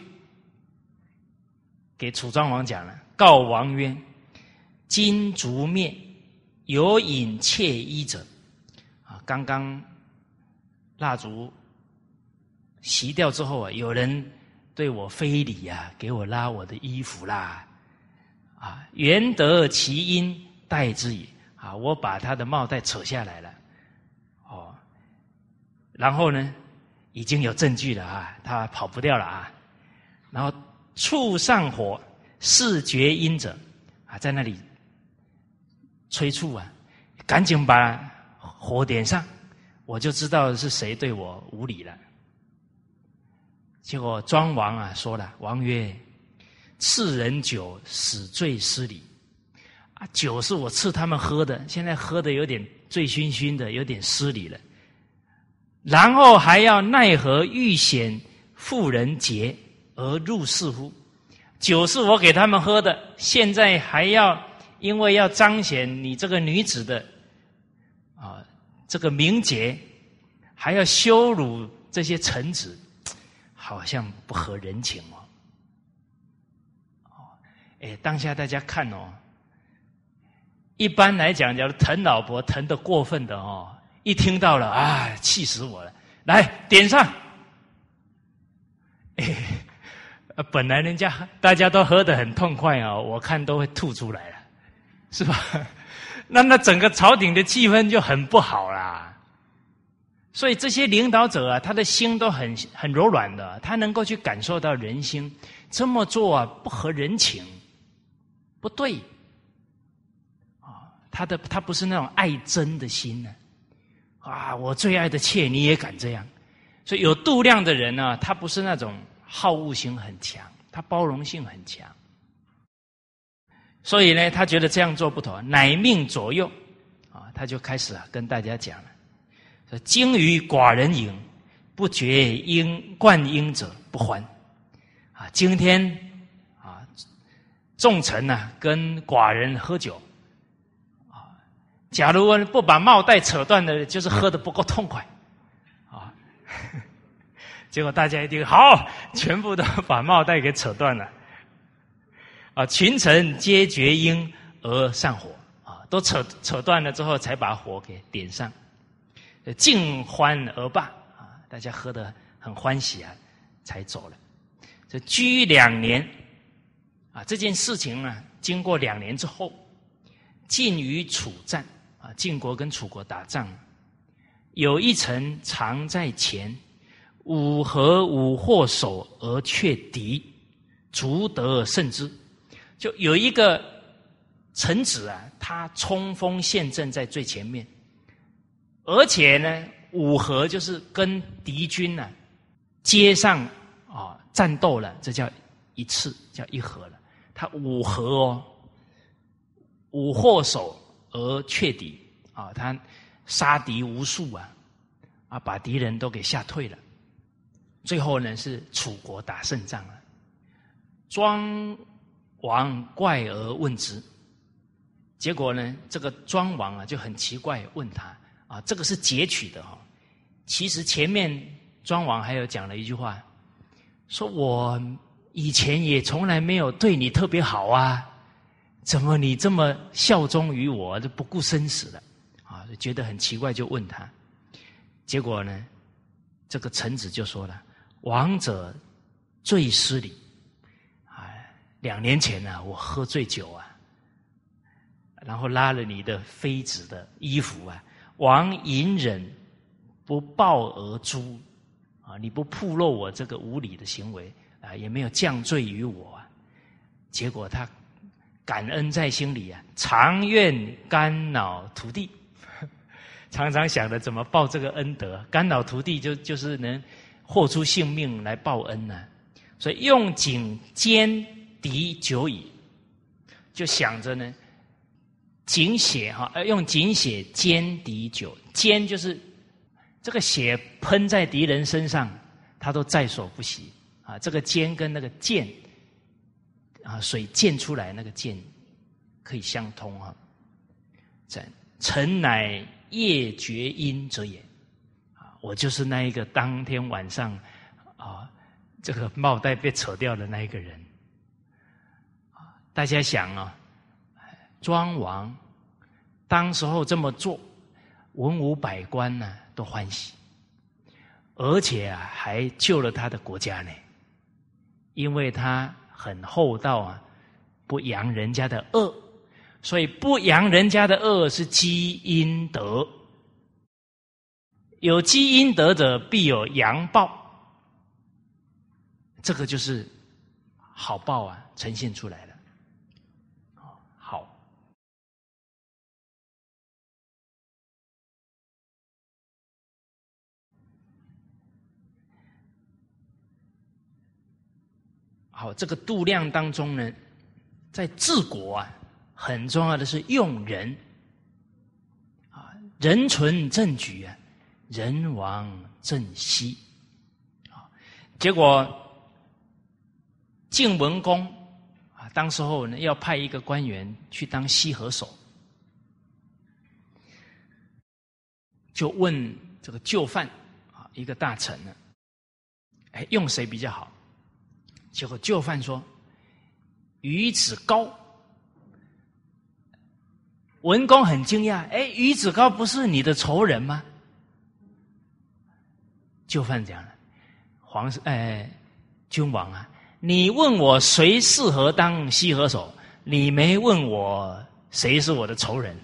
给楚庄王讲了，告王曰：今烛灭，有饮妾衣者。啊，刚刚蜡烛熄掉之后啊，有人对我非礼啊，给我拉我的衣服啦，啊，原得其缨，带之矣。啊，我把他的帽带扯下来了，哦，然后呢？已经有证据了啊，他跑不掉了啊。然后触上火，视觉阴者啊，在那里催促啊，赶紧把火点上，我就知道是谁对我无礼了。结果庄王啊说了，王曰：赐人酒，使醉失礼啊，酒是我赐他们喝的，现在喝的有点醉醺醺的，有点失礼了。然后还要奈何欲显妇人节而入室乎？酒是我给他们喝的，现在还要因为要彰显你这个女子的啊这个名节，还要羞辱这些臣子，好像不合人情哦。哦，哎，当下大家看哦，一般来讲，假如疼老婆疼得过分的哦。一听到了啊，气死我了！来点上。哎，本来人家大家都喝得很痛快啊，我看都会吐出来了，是吧？那那整个朝廷的气氛就很不好啦。所以这些领导者啊，他的心都很很柔软的，他能够去感受到人心，这么做啊不合人情，不对啊，他的他不是那种爱憎的心呢、啊。啊，我最爱的妾，你也敢这样？所以有度量的人呢、啊，他不是那种好恶心很强，他包容性很强。所以呢，他觉得这样做不妥，乃命左右啊，他就开始啊跟大家讲了：说今于寡人饮，不觉缨冠缨者不还。啊，今天啊，众臣呢、啊、跟寡人喝酒。假如不把帽带扯断的，就是喝得不够痛快，啊！结果大家一定好，全部都把帽带给扯断了，啊！群臣皆觉缨而上火，啊，都扯扯断了之后，才把火给点上，尽欢而罢，啊！大家喝得很欢喜啊，才走了。这居两年，啊，这件事情呢，经过两年之后，晋与楚战。啊，晋国跟楚国打仗，有一臣常在前，五合五获手而却敌，卒得胜之。就有一个臣子啊，他冲锋陷阵在最前面，而且呢， 五合就是跟敌军呢、啊、接上啊战斗了，这叫一次，叫一合了。他五合哦，五获首而却敌啊，他杀敌无数啊，啊把敌人都给吓退了。最后呢是楚国打胜仗了。庄王怪而问之，结果呢这个庄王啊就很奇怪问他啊，这个是截取的哈、哦。其实前面庄王还有讲了一句话，说我以前也从来没有对你特别好啊，怎么你这么效忠于我，就不顾生死的啊？就觉得很奇怪，就问他。结果呢，这个臣子就说了：“王者最失礼啊！两年前呢、啊，我喝醉酒啊，然后拉了你的妃子的衣服啊，王隐忍不报而诛啊！你不暴露我这个无礼的行为。”啊，也没有降罪于我啊！结果他感恩在心里啊，常愿肝脑涂地，常常想着怎么报这个恩德。肝脑涂地就就是能豁出性命来报恩呢、啊。所以用井煎敌久矣，就想着呢，井血哈，用井血煎敌久，煎就是这个血喷在敌人身上，他都在所不惜。啊，这个煎跟那个溅啊，水溅出来那个溅可以相通啊。臣乃夜绝阴者也啊，我就是那一个当天晚上啊，这个帽带被扯掉的那一个人。啊，大家想啊，庄王当时候这么做，文武百官呢、啊、都欢喜，而且啊还救了他的国家呢。因为他很厚道啊，不扬人家的恶，所以不扬人家的恶是积阴德。有积阴德者，必有阳报。这个就是好报啊，呈现出来了。好，好，这个度量当中呢，在治国啊，很重要的是用人啊，人存政局啊，人亡政息啊。结果晋文公啊，当时候呢要派一个官员去当西河守，就问这个就范啊，一个大臣呢，哎，用谁比较好？结果就范说：“于子高。”文公很惊讶，哎，于子高不是你的仇人吗？就范讲了：“皇上，哎，君王啊，你问我谁适合当西河守，你没问我谁是我的仇人。”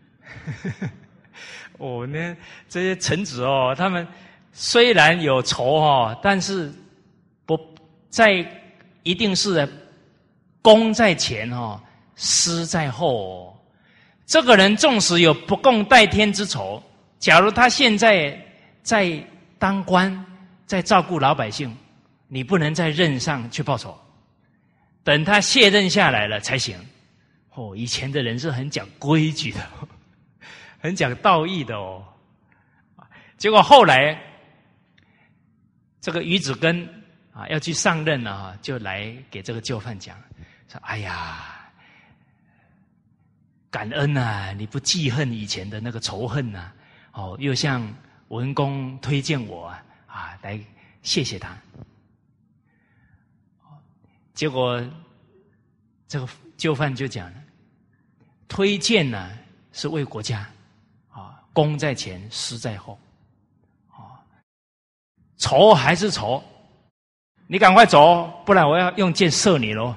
我呢，这些臣子哦，他们虽然有仇哦，但是不在。一定是功在前哦，私在后哦。这个人纵使有不共戴天之仇，假如他现在在当官，在照顾老百姓，你不能在任上去报仇，等他卸任下来了才行。哦，以前的人是很讲规矩的，很讲道义的哦。结果后来这个于子根啊，要去上任了哈，就来给这个就范讲说：“哎呀，感恩啊，你不记恨以前的那个仇恨呐、啊，哦，又向文公推荐我啊，啊，来谢谢他。”结果这个就范就讲了，推荐呢、啊、是为国家啊，功在前，私在后，啊，仇还是仇，你赶快走，不然我要用箭射你喽。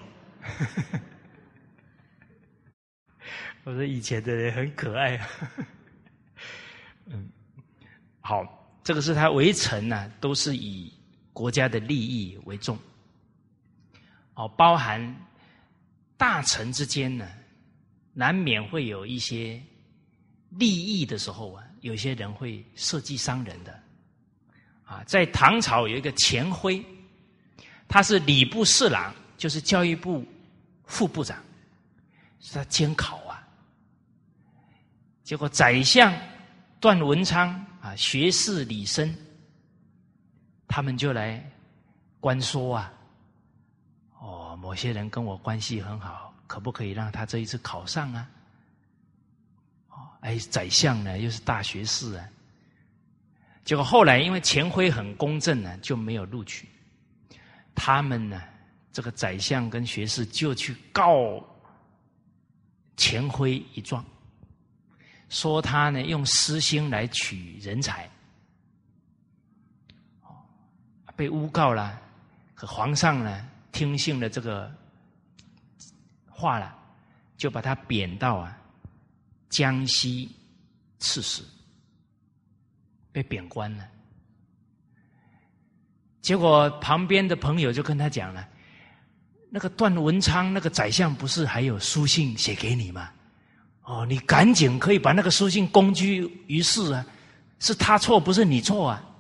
我说以前的人很可爱啊。嗯，好，这个是他为臣呢、啊，都是以国家的利益为重。哦，包含大臣之间呢，难免会有一些利益的时候啊， 有些人会设计伤人的。啊，在唐朝有一个钱辉，他是礼部侍郎，就是教育部副部长，是他监考啊。结果宰相段文昌啊，学士李绅，他们就来关说啊，哦，某些人跟我关系很好，可不可以让他这一次考上啊？哦，哎，宰相呢又是大学士啊。结果后来因为钱辉很公正呢，就没有录取。他们呢，这个宰相跟学士就去告钱辉一状，说他呢用私心来取人才，被诬告了。可皇上呢听信了这个话了，就把他贬到啊江西刺史。被贬官了，结果旁边的朋友就跟他讲了：“那个段文昌那个宰相不是还有书信写给你吗？哦，你赶紧可以把那个书信公诸于世啊，是他错不是你错啊！”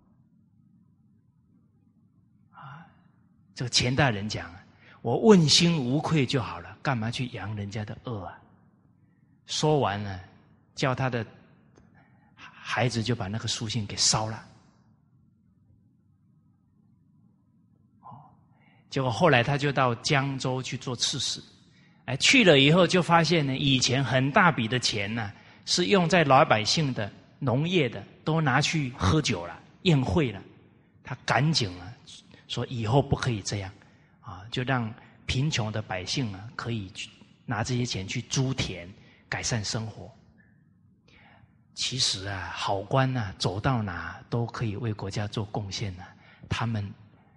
啊，这个钱大人讲：“我问心无愧就好了，干嘛去扬人家的恶啊？”说完了，叫他的孩子就把那个书信给烧了。结果后来他就到江州去做刺史，哎，去了以后就发现呢，以前很大笔的钱呢、啊，是用在老百姓的农业的，都拿去喝酒了、宴会了。他赶紧啊说以后不可以这样啊，就让贫穷的百姓啊可以去拿这些钱去租田，改善生活。其实啊，好官啊，走到哪都可以为国家做贡献啊。他们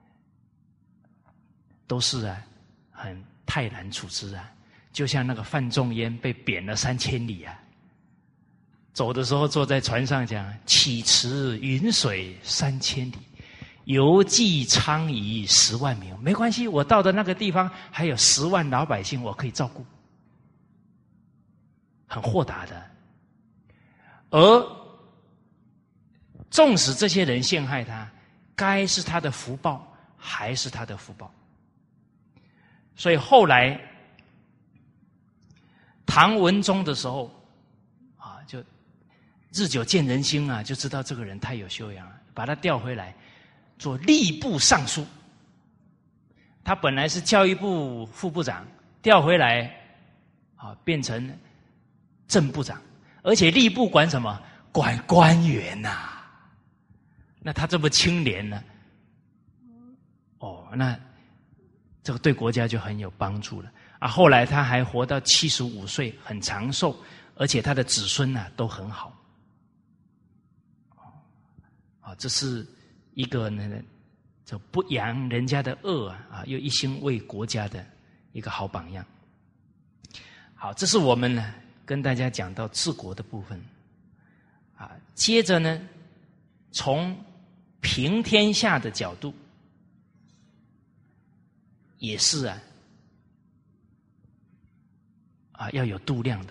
都是啊，很泰然处之啊。就像那个范仲淹被贬了三千里啊，走的时候坐在船上讲：“岂持云水三千里，犹济昌夷十万民。”没关系，我到的那个地方还有十万老百姓，我可以照顾，很豁达的。而纵使这些人陷害他，该是他的福报还是他的福报？所以后来唐文宗的时候啊，就日久见人心啊，就知道这个人太有修养了，把他调回来做吏部尚书。他本来是教育部副部长，调回来啊变成正部长。而且吏部管什么？管官员呐、啊。那他这么清廉呢？哦，那这个对国家就很有帮助了啊！后来他还活到七十五岁，很长寿，而且他的子孙呢、啊、都很好。啊，这是一个呢，就不扬人家的恶啊，啊，又一心为国家的一个好榜样。好，这是我们呢。跟大家讲到治国的部分，啊，接着呢，从平天下的角度，也是啊，啊要有度量的。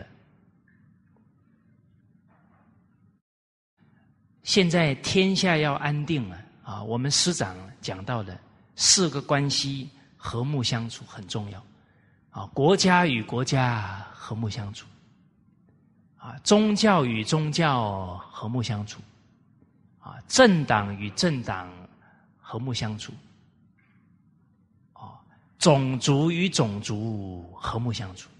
现在天下要安定了啊，我们师长讲到的四个关系和睦相处很重要啊，国家与国家和睦相处。啊，宗教与宗教和睦相处，啊，政党与政党和睦相处，啊，种族与种族和睦相处，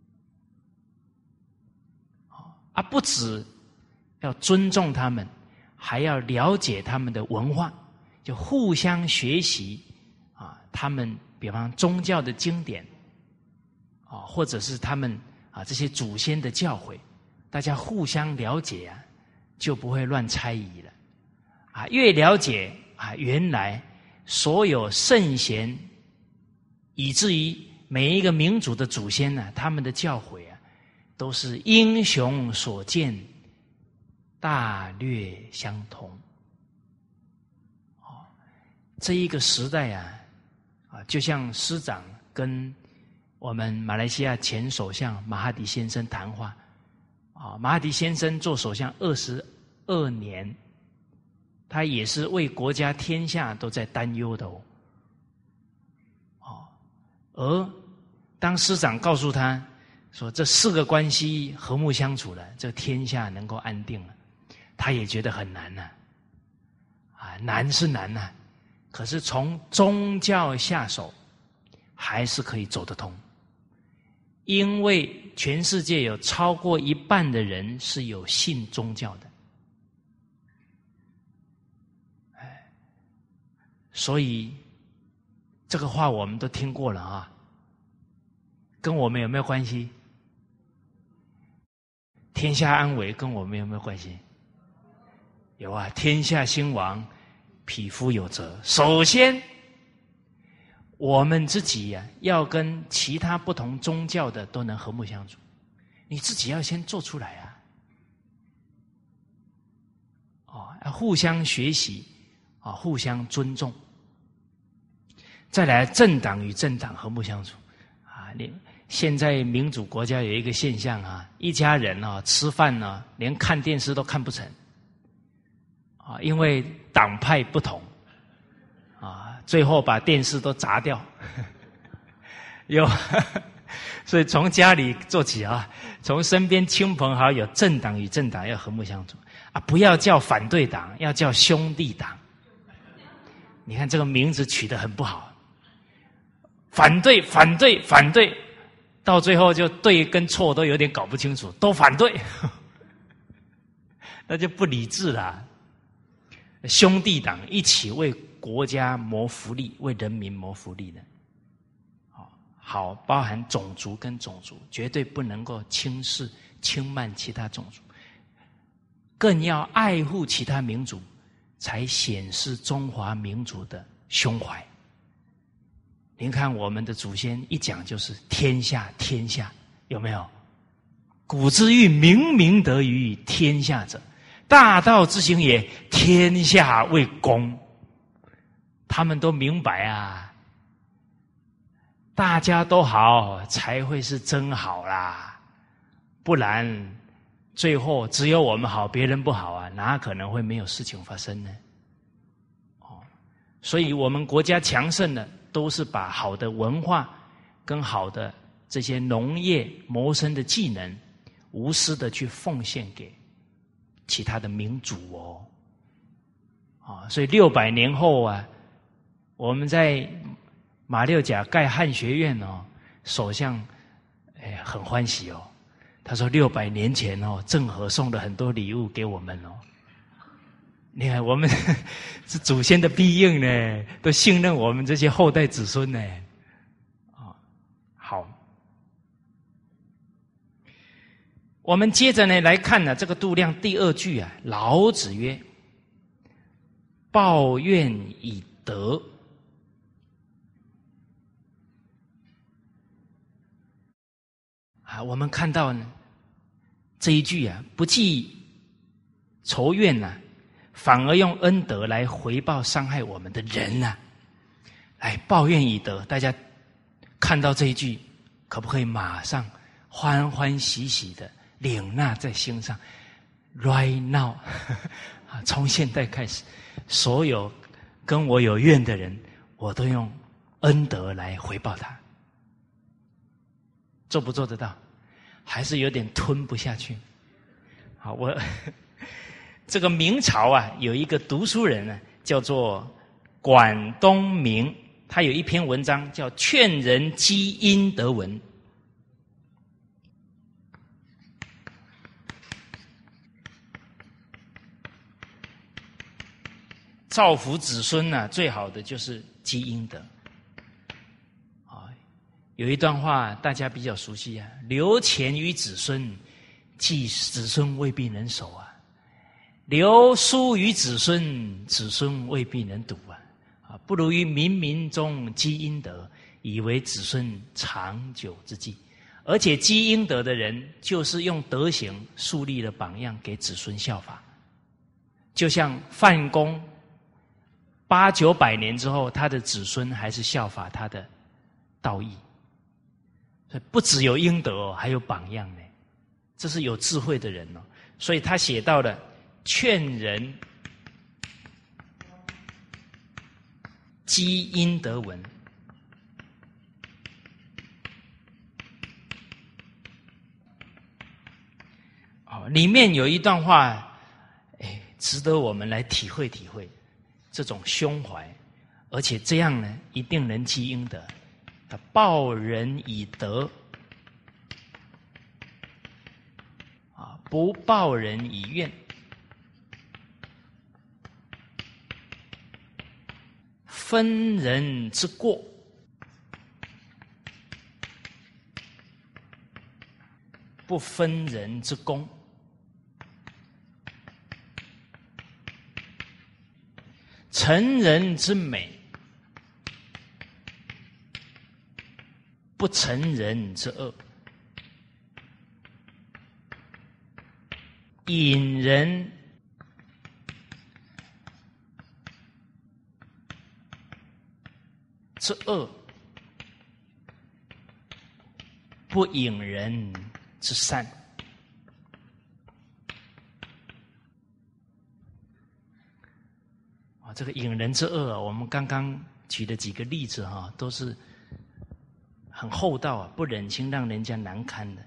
啊，不止要尊重他们，还要了解他们的文化，就互相学习啊，他们比方宗教的经典，啊，或者是他们啊这些祖先的教诲。大家互相了解啊，就不会乱猜疑了啊！越了解啊，原来所有圣贤，以至于每一个民族的祖先呢、啊，他们的教诲啊，都是英雄所见，大略相同。哦，这一个时代啊，啊，就像师长跟我们马来西亚前首相马哈迪先生谈话。 啊，马哈迪先生做首相二十二年，他也是为国家天下都在担忧的哦。哦，而当师长告诉他说这四个关系和睦相处了，这天下能够安定了，他也觉得很难呐、啊，啊，难是难呐、啊，可是从宗教下手，还是可以走得通。因为全世界有超过一半的人是有信宗教的，哎，所以这个话我们都听过了啊，跟我们有没有关系？天下安危跟我们有没有关系？有啊，天下兴亡，匹夫有责。首先，我们自己呀、啊，要跟其他不同宗教的都能和睦相处，你自己要先做出来啊！哦，要互相学习啊，互相尊重。再来，政党与政党和睦相处啊！你现在民主国家有一个现象啊，一家人啊吃饭呢、啊，连看电视都看不成啊，因为党派不同。啊，最后把电视都砸掉，有，所以从家里做起啊，从身边亲朋好友，政党与政党要和睦相处啊，不要叫反对党，要叫兄弟党。你看这个名字取得很不好，反对反对反对，到最后就对跟错都有点搞不清楚，都反对，那就不理智了。兄弟党一起为国家谋福利，为人民谋福利的，好，好，包含种族跟种族，绝对不能够轻视、轻慢其他种族，更要爱护其他民族，才显示中华民族的胸怀。您看我们的祖先一讲就是天下天下，有没有？古之欲明明德于天下者，大道之行也，天下为公。他们都明白啊，大家都好才会是真好啦，不然最后只有我们好，别人不好啊，哪可能会没有事情发生呢？哦，所以我们国家强盛的都是把好的文化跟好的这些农业谋生的技能，无私的去奉献给其他的民族哦。啊，所以六百年后啊。我们在马六甲盖汉学院哦，首相哎很欢喜哦。他说六百年前哦，郑和送了很多礼物给我们哦。你看我们是祖先的庇应呢，都信任我们这些后代子孙呢。啊，好，我们接着呢来看呢、啊、这个度量第二句啊，老子曰：“抱怨以德。”啊，我们看到呢这一句啊，不计仇怨呐、啊，反而用恩德来回报伤害我们的人呐、啊，来抱怨以德。大家看到这一句，可不可以马上欢欢喜喜的领纳在心上 ？Right now， 啊，从现在开始，所有跟我有怨的人，我都用恩德来回报他。做不做得到？还是有点吞不下去。好，我这个明朝啊，有一个读书人呢，叫做管东明，他有一篇文章叫《劝人积阴德文》。造福子孙呢、啊，最好的就是积阴德。有一段话大家比较熟悉啊，留钱于子孙，即子孙未必能守啊；留书于子孙，子孙未必能读啊。啊，不如于冥冥中积阴德，以为子孙长久之计。而且积阴德的人，就是用德行树立了榜样给子孙效法。就像范公，八九百年之后，他的子孙还是效法他的道义。不只有阴德哦，还有榜样呢。 这是有智慧的人哦。所以他写到了劝人积阴德文。哦，里面有一段话，哎，值得我们来体会体会这种胸怀，而且这样呢，一定能积阴德。报人以德，啊，不报人以怨。分人之过，不分人之功。成人之美，不成人之恶。引人之恶，不引人之善。啊，这个引人之恶啊，我们刚刚举的几个例子哈、啊，都是很厚道啊，不忍心让人家难堪的。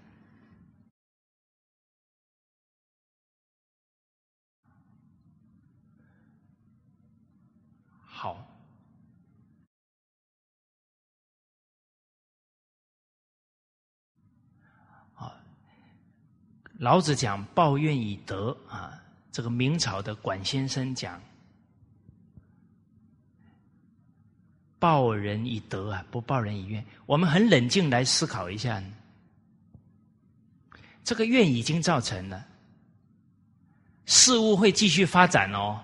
好。老子讲报怨以德啊，这个明朝的管先生讲报人以德啊，不报人以怨。我们很冷静来思考一下，这个怨已经造成了，事物会继续发展哦。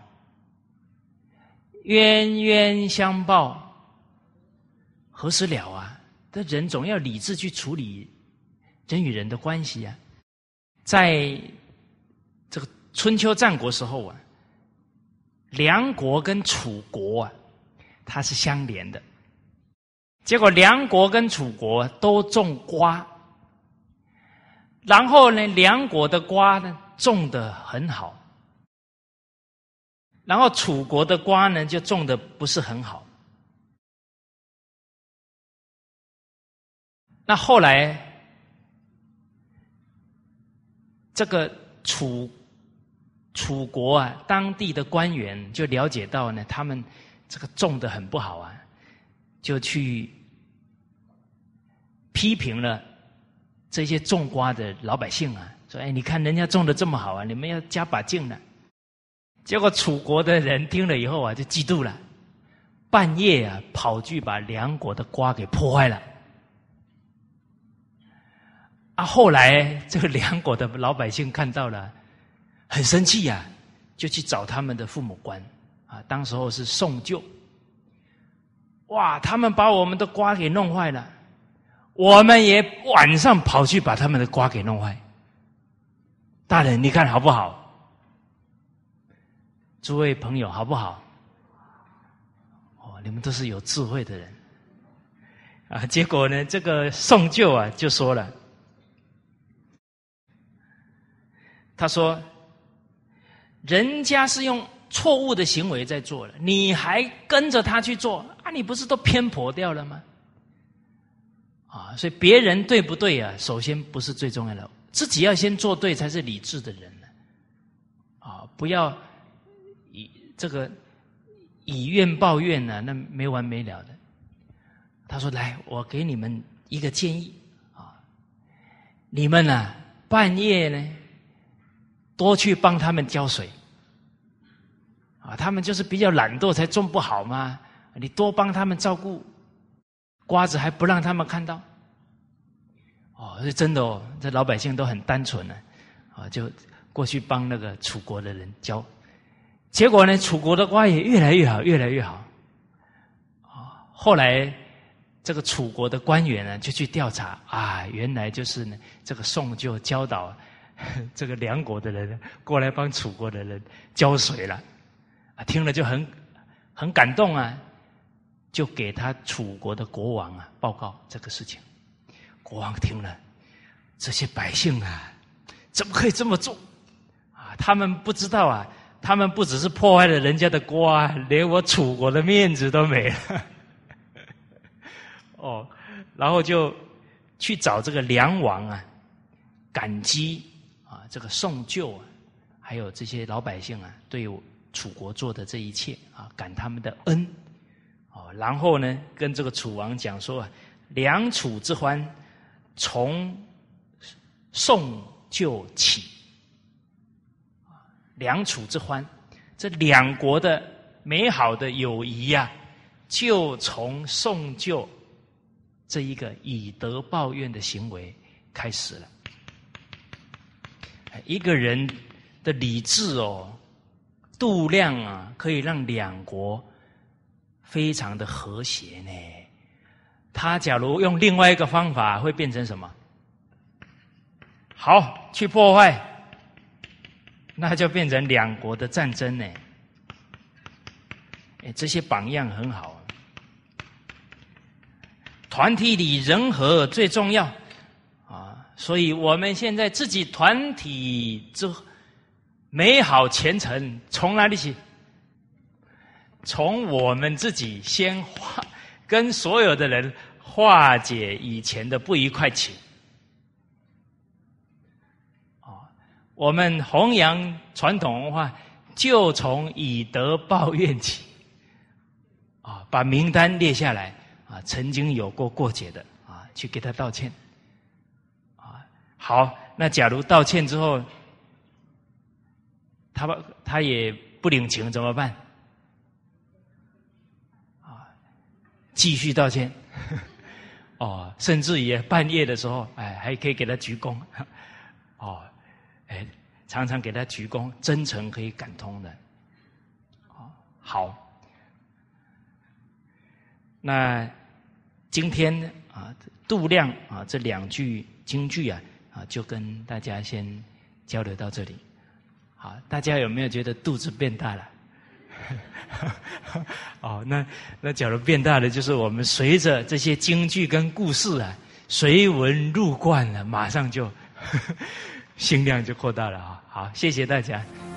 冤冤相报何时了啊？这人总要理智去处理人与人的关系啊。在这个春秋战国时候啊，梁国跟楚国啊，它是相连的。结果梁国跟楚国都种瓜，然后呢，梁国的瓜呢种得很好，然后楚国的瓜呢就种得不是很好。那后来这个楚楚国啊，当地的官员就了解到呢，他们这个种得很不好啊，就去批评了这些种瓜的老百姓啊，说：“哎，你看人家种得这么好啊，你们要加把劲了。”结果楚国的人听了以后啊，就嫉妒了，半夜啊跑去把梁国的瓜给破坏了。啊，后来这个梁国的老百姓看到了，很生气呀、啊，就去找他们的父母官啊。当时候是宋旧，哇，他们把我们的瓜给弄坏了，我们也晚上跑去把他们的瓜给弄坏。大人，你看好不好？诸位朋友，好不好？哦，你们都是有智慧的人啊。结果呢，这个宋旧啊就说了。他说：“人家是用错误的行为在做了，你还跟着他去做啊？你不是都偏颇掉了吗？啊，所以别人对不对啊？首先不是最重要的，自己要先做对，才是理智的人呢。啊，不要以这个以怨报怨呢、啊，那没完没了的。”他说：“来，我给你们一个建议啊，你们啊半夜呢。”多去帮他们浇水啊！他们就是比较懒惰，才种不好嘛。你多帮他们照顾瓜子，还不让他们看到哦，是真的哦。这老百姓都很单纯呢，啊，就过去帮那个楚国的人浇。结果呢，楚国的瓜也越来越好，越来越好啊。后来这个楚国的官员呢，就去调查啊，原来就是呢，这个宋就教导。这个梁国的人过来帮楚国的人浇水了，啊，听了就很很感动啊，就给他楚国的国王啊报告这个事情。国王听了，这些百姓啊， 怎么可以这么做？啊，他们不知道啊，他们不只是破坏了人家的瓜，连我楚国的面子都没了。哦，然后就去找这个梁王啊，感激啊这个宋旧啊，还有这些老百姓啊，对楚国做的这一切啊，感他们的恩。哦，然后呢，跟这个楚王讲说啊，梁楚之欢从宋旧起。梁楚之欢，这两国的美好的友谊呀、啊，就从宋旧这一个以德报怨的行为开始了。一个人的理智哦，度量啊，可以让两国非常的和谐呢。他假如用另外一个方法，会变成什么？好，去破坏，那就变成两国的战争呢。哎，这些榜样很好。团体里人和最重要啊，所以我们现在自己团体之美好前程从哪里起？从我们自己先化，跟所有的人化解以前的不愉快起。啊，我们弘扬传统文化，就从以德报怨起。啊，把名单列下来啊，曾经有过过节的啊，去给他道歉。啊，好，那假如道歉之后，他他也不领情怎么办？继续道歉，哦，甚至于半夜的时候，哎，还可以给他鞠躬，哦，哎，常常给他鞠躬，真诚可以感通的，哦，好，那今天啊，度量啊这两句京剧啊啊，就跟大家先交流到这里，好，大家有没有觉得肚子变大了？哦，那那假如变大了，就是我们随着这些京剧跟故事啊，随文入贯了，马上就呵呵心量就扩大了啊！好，谢谢大家。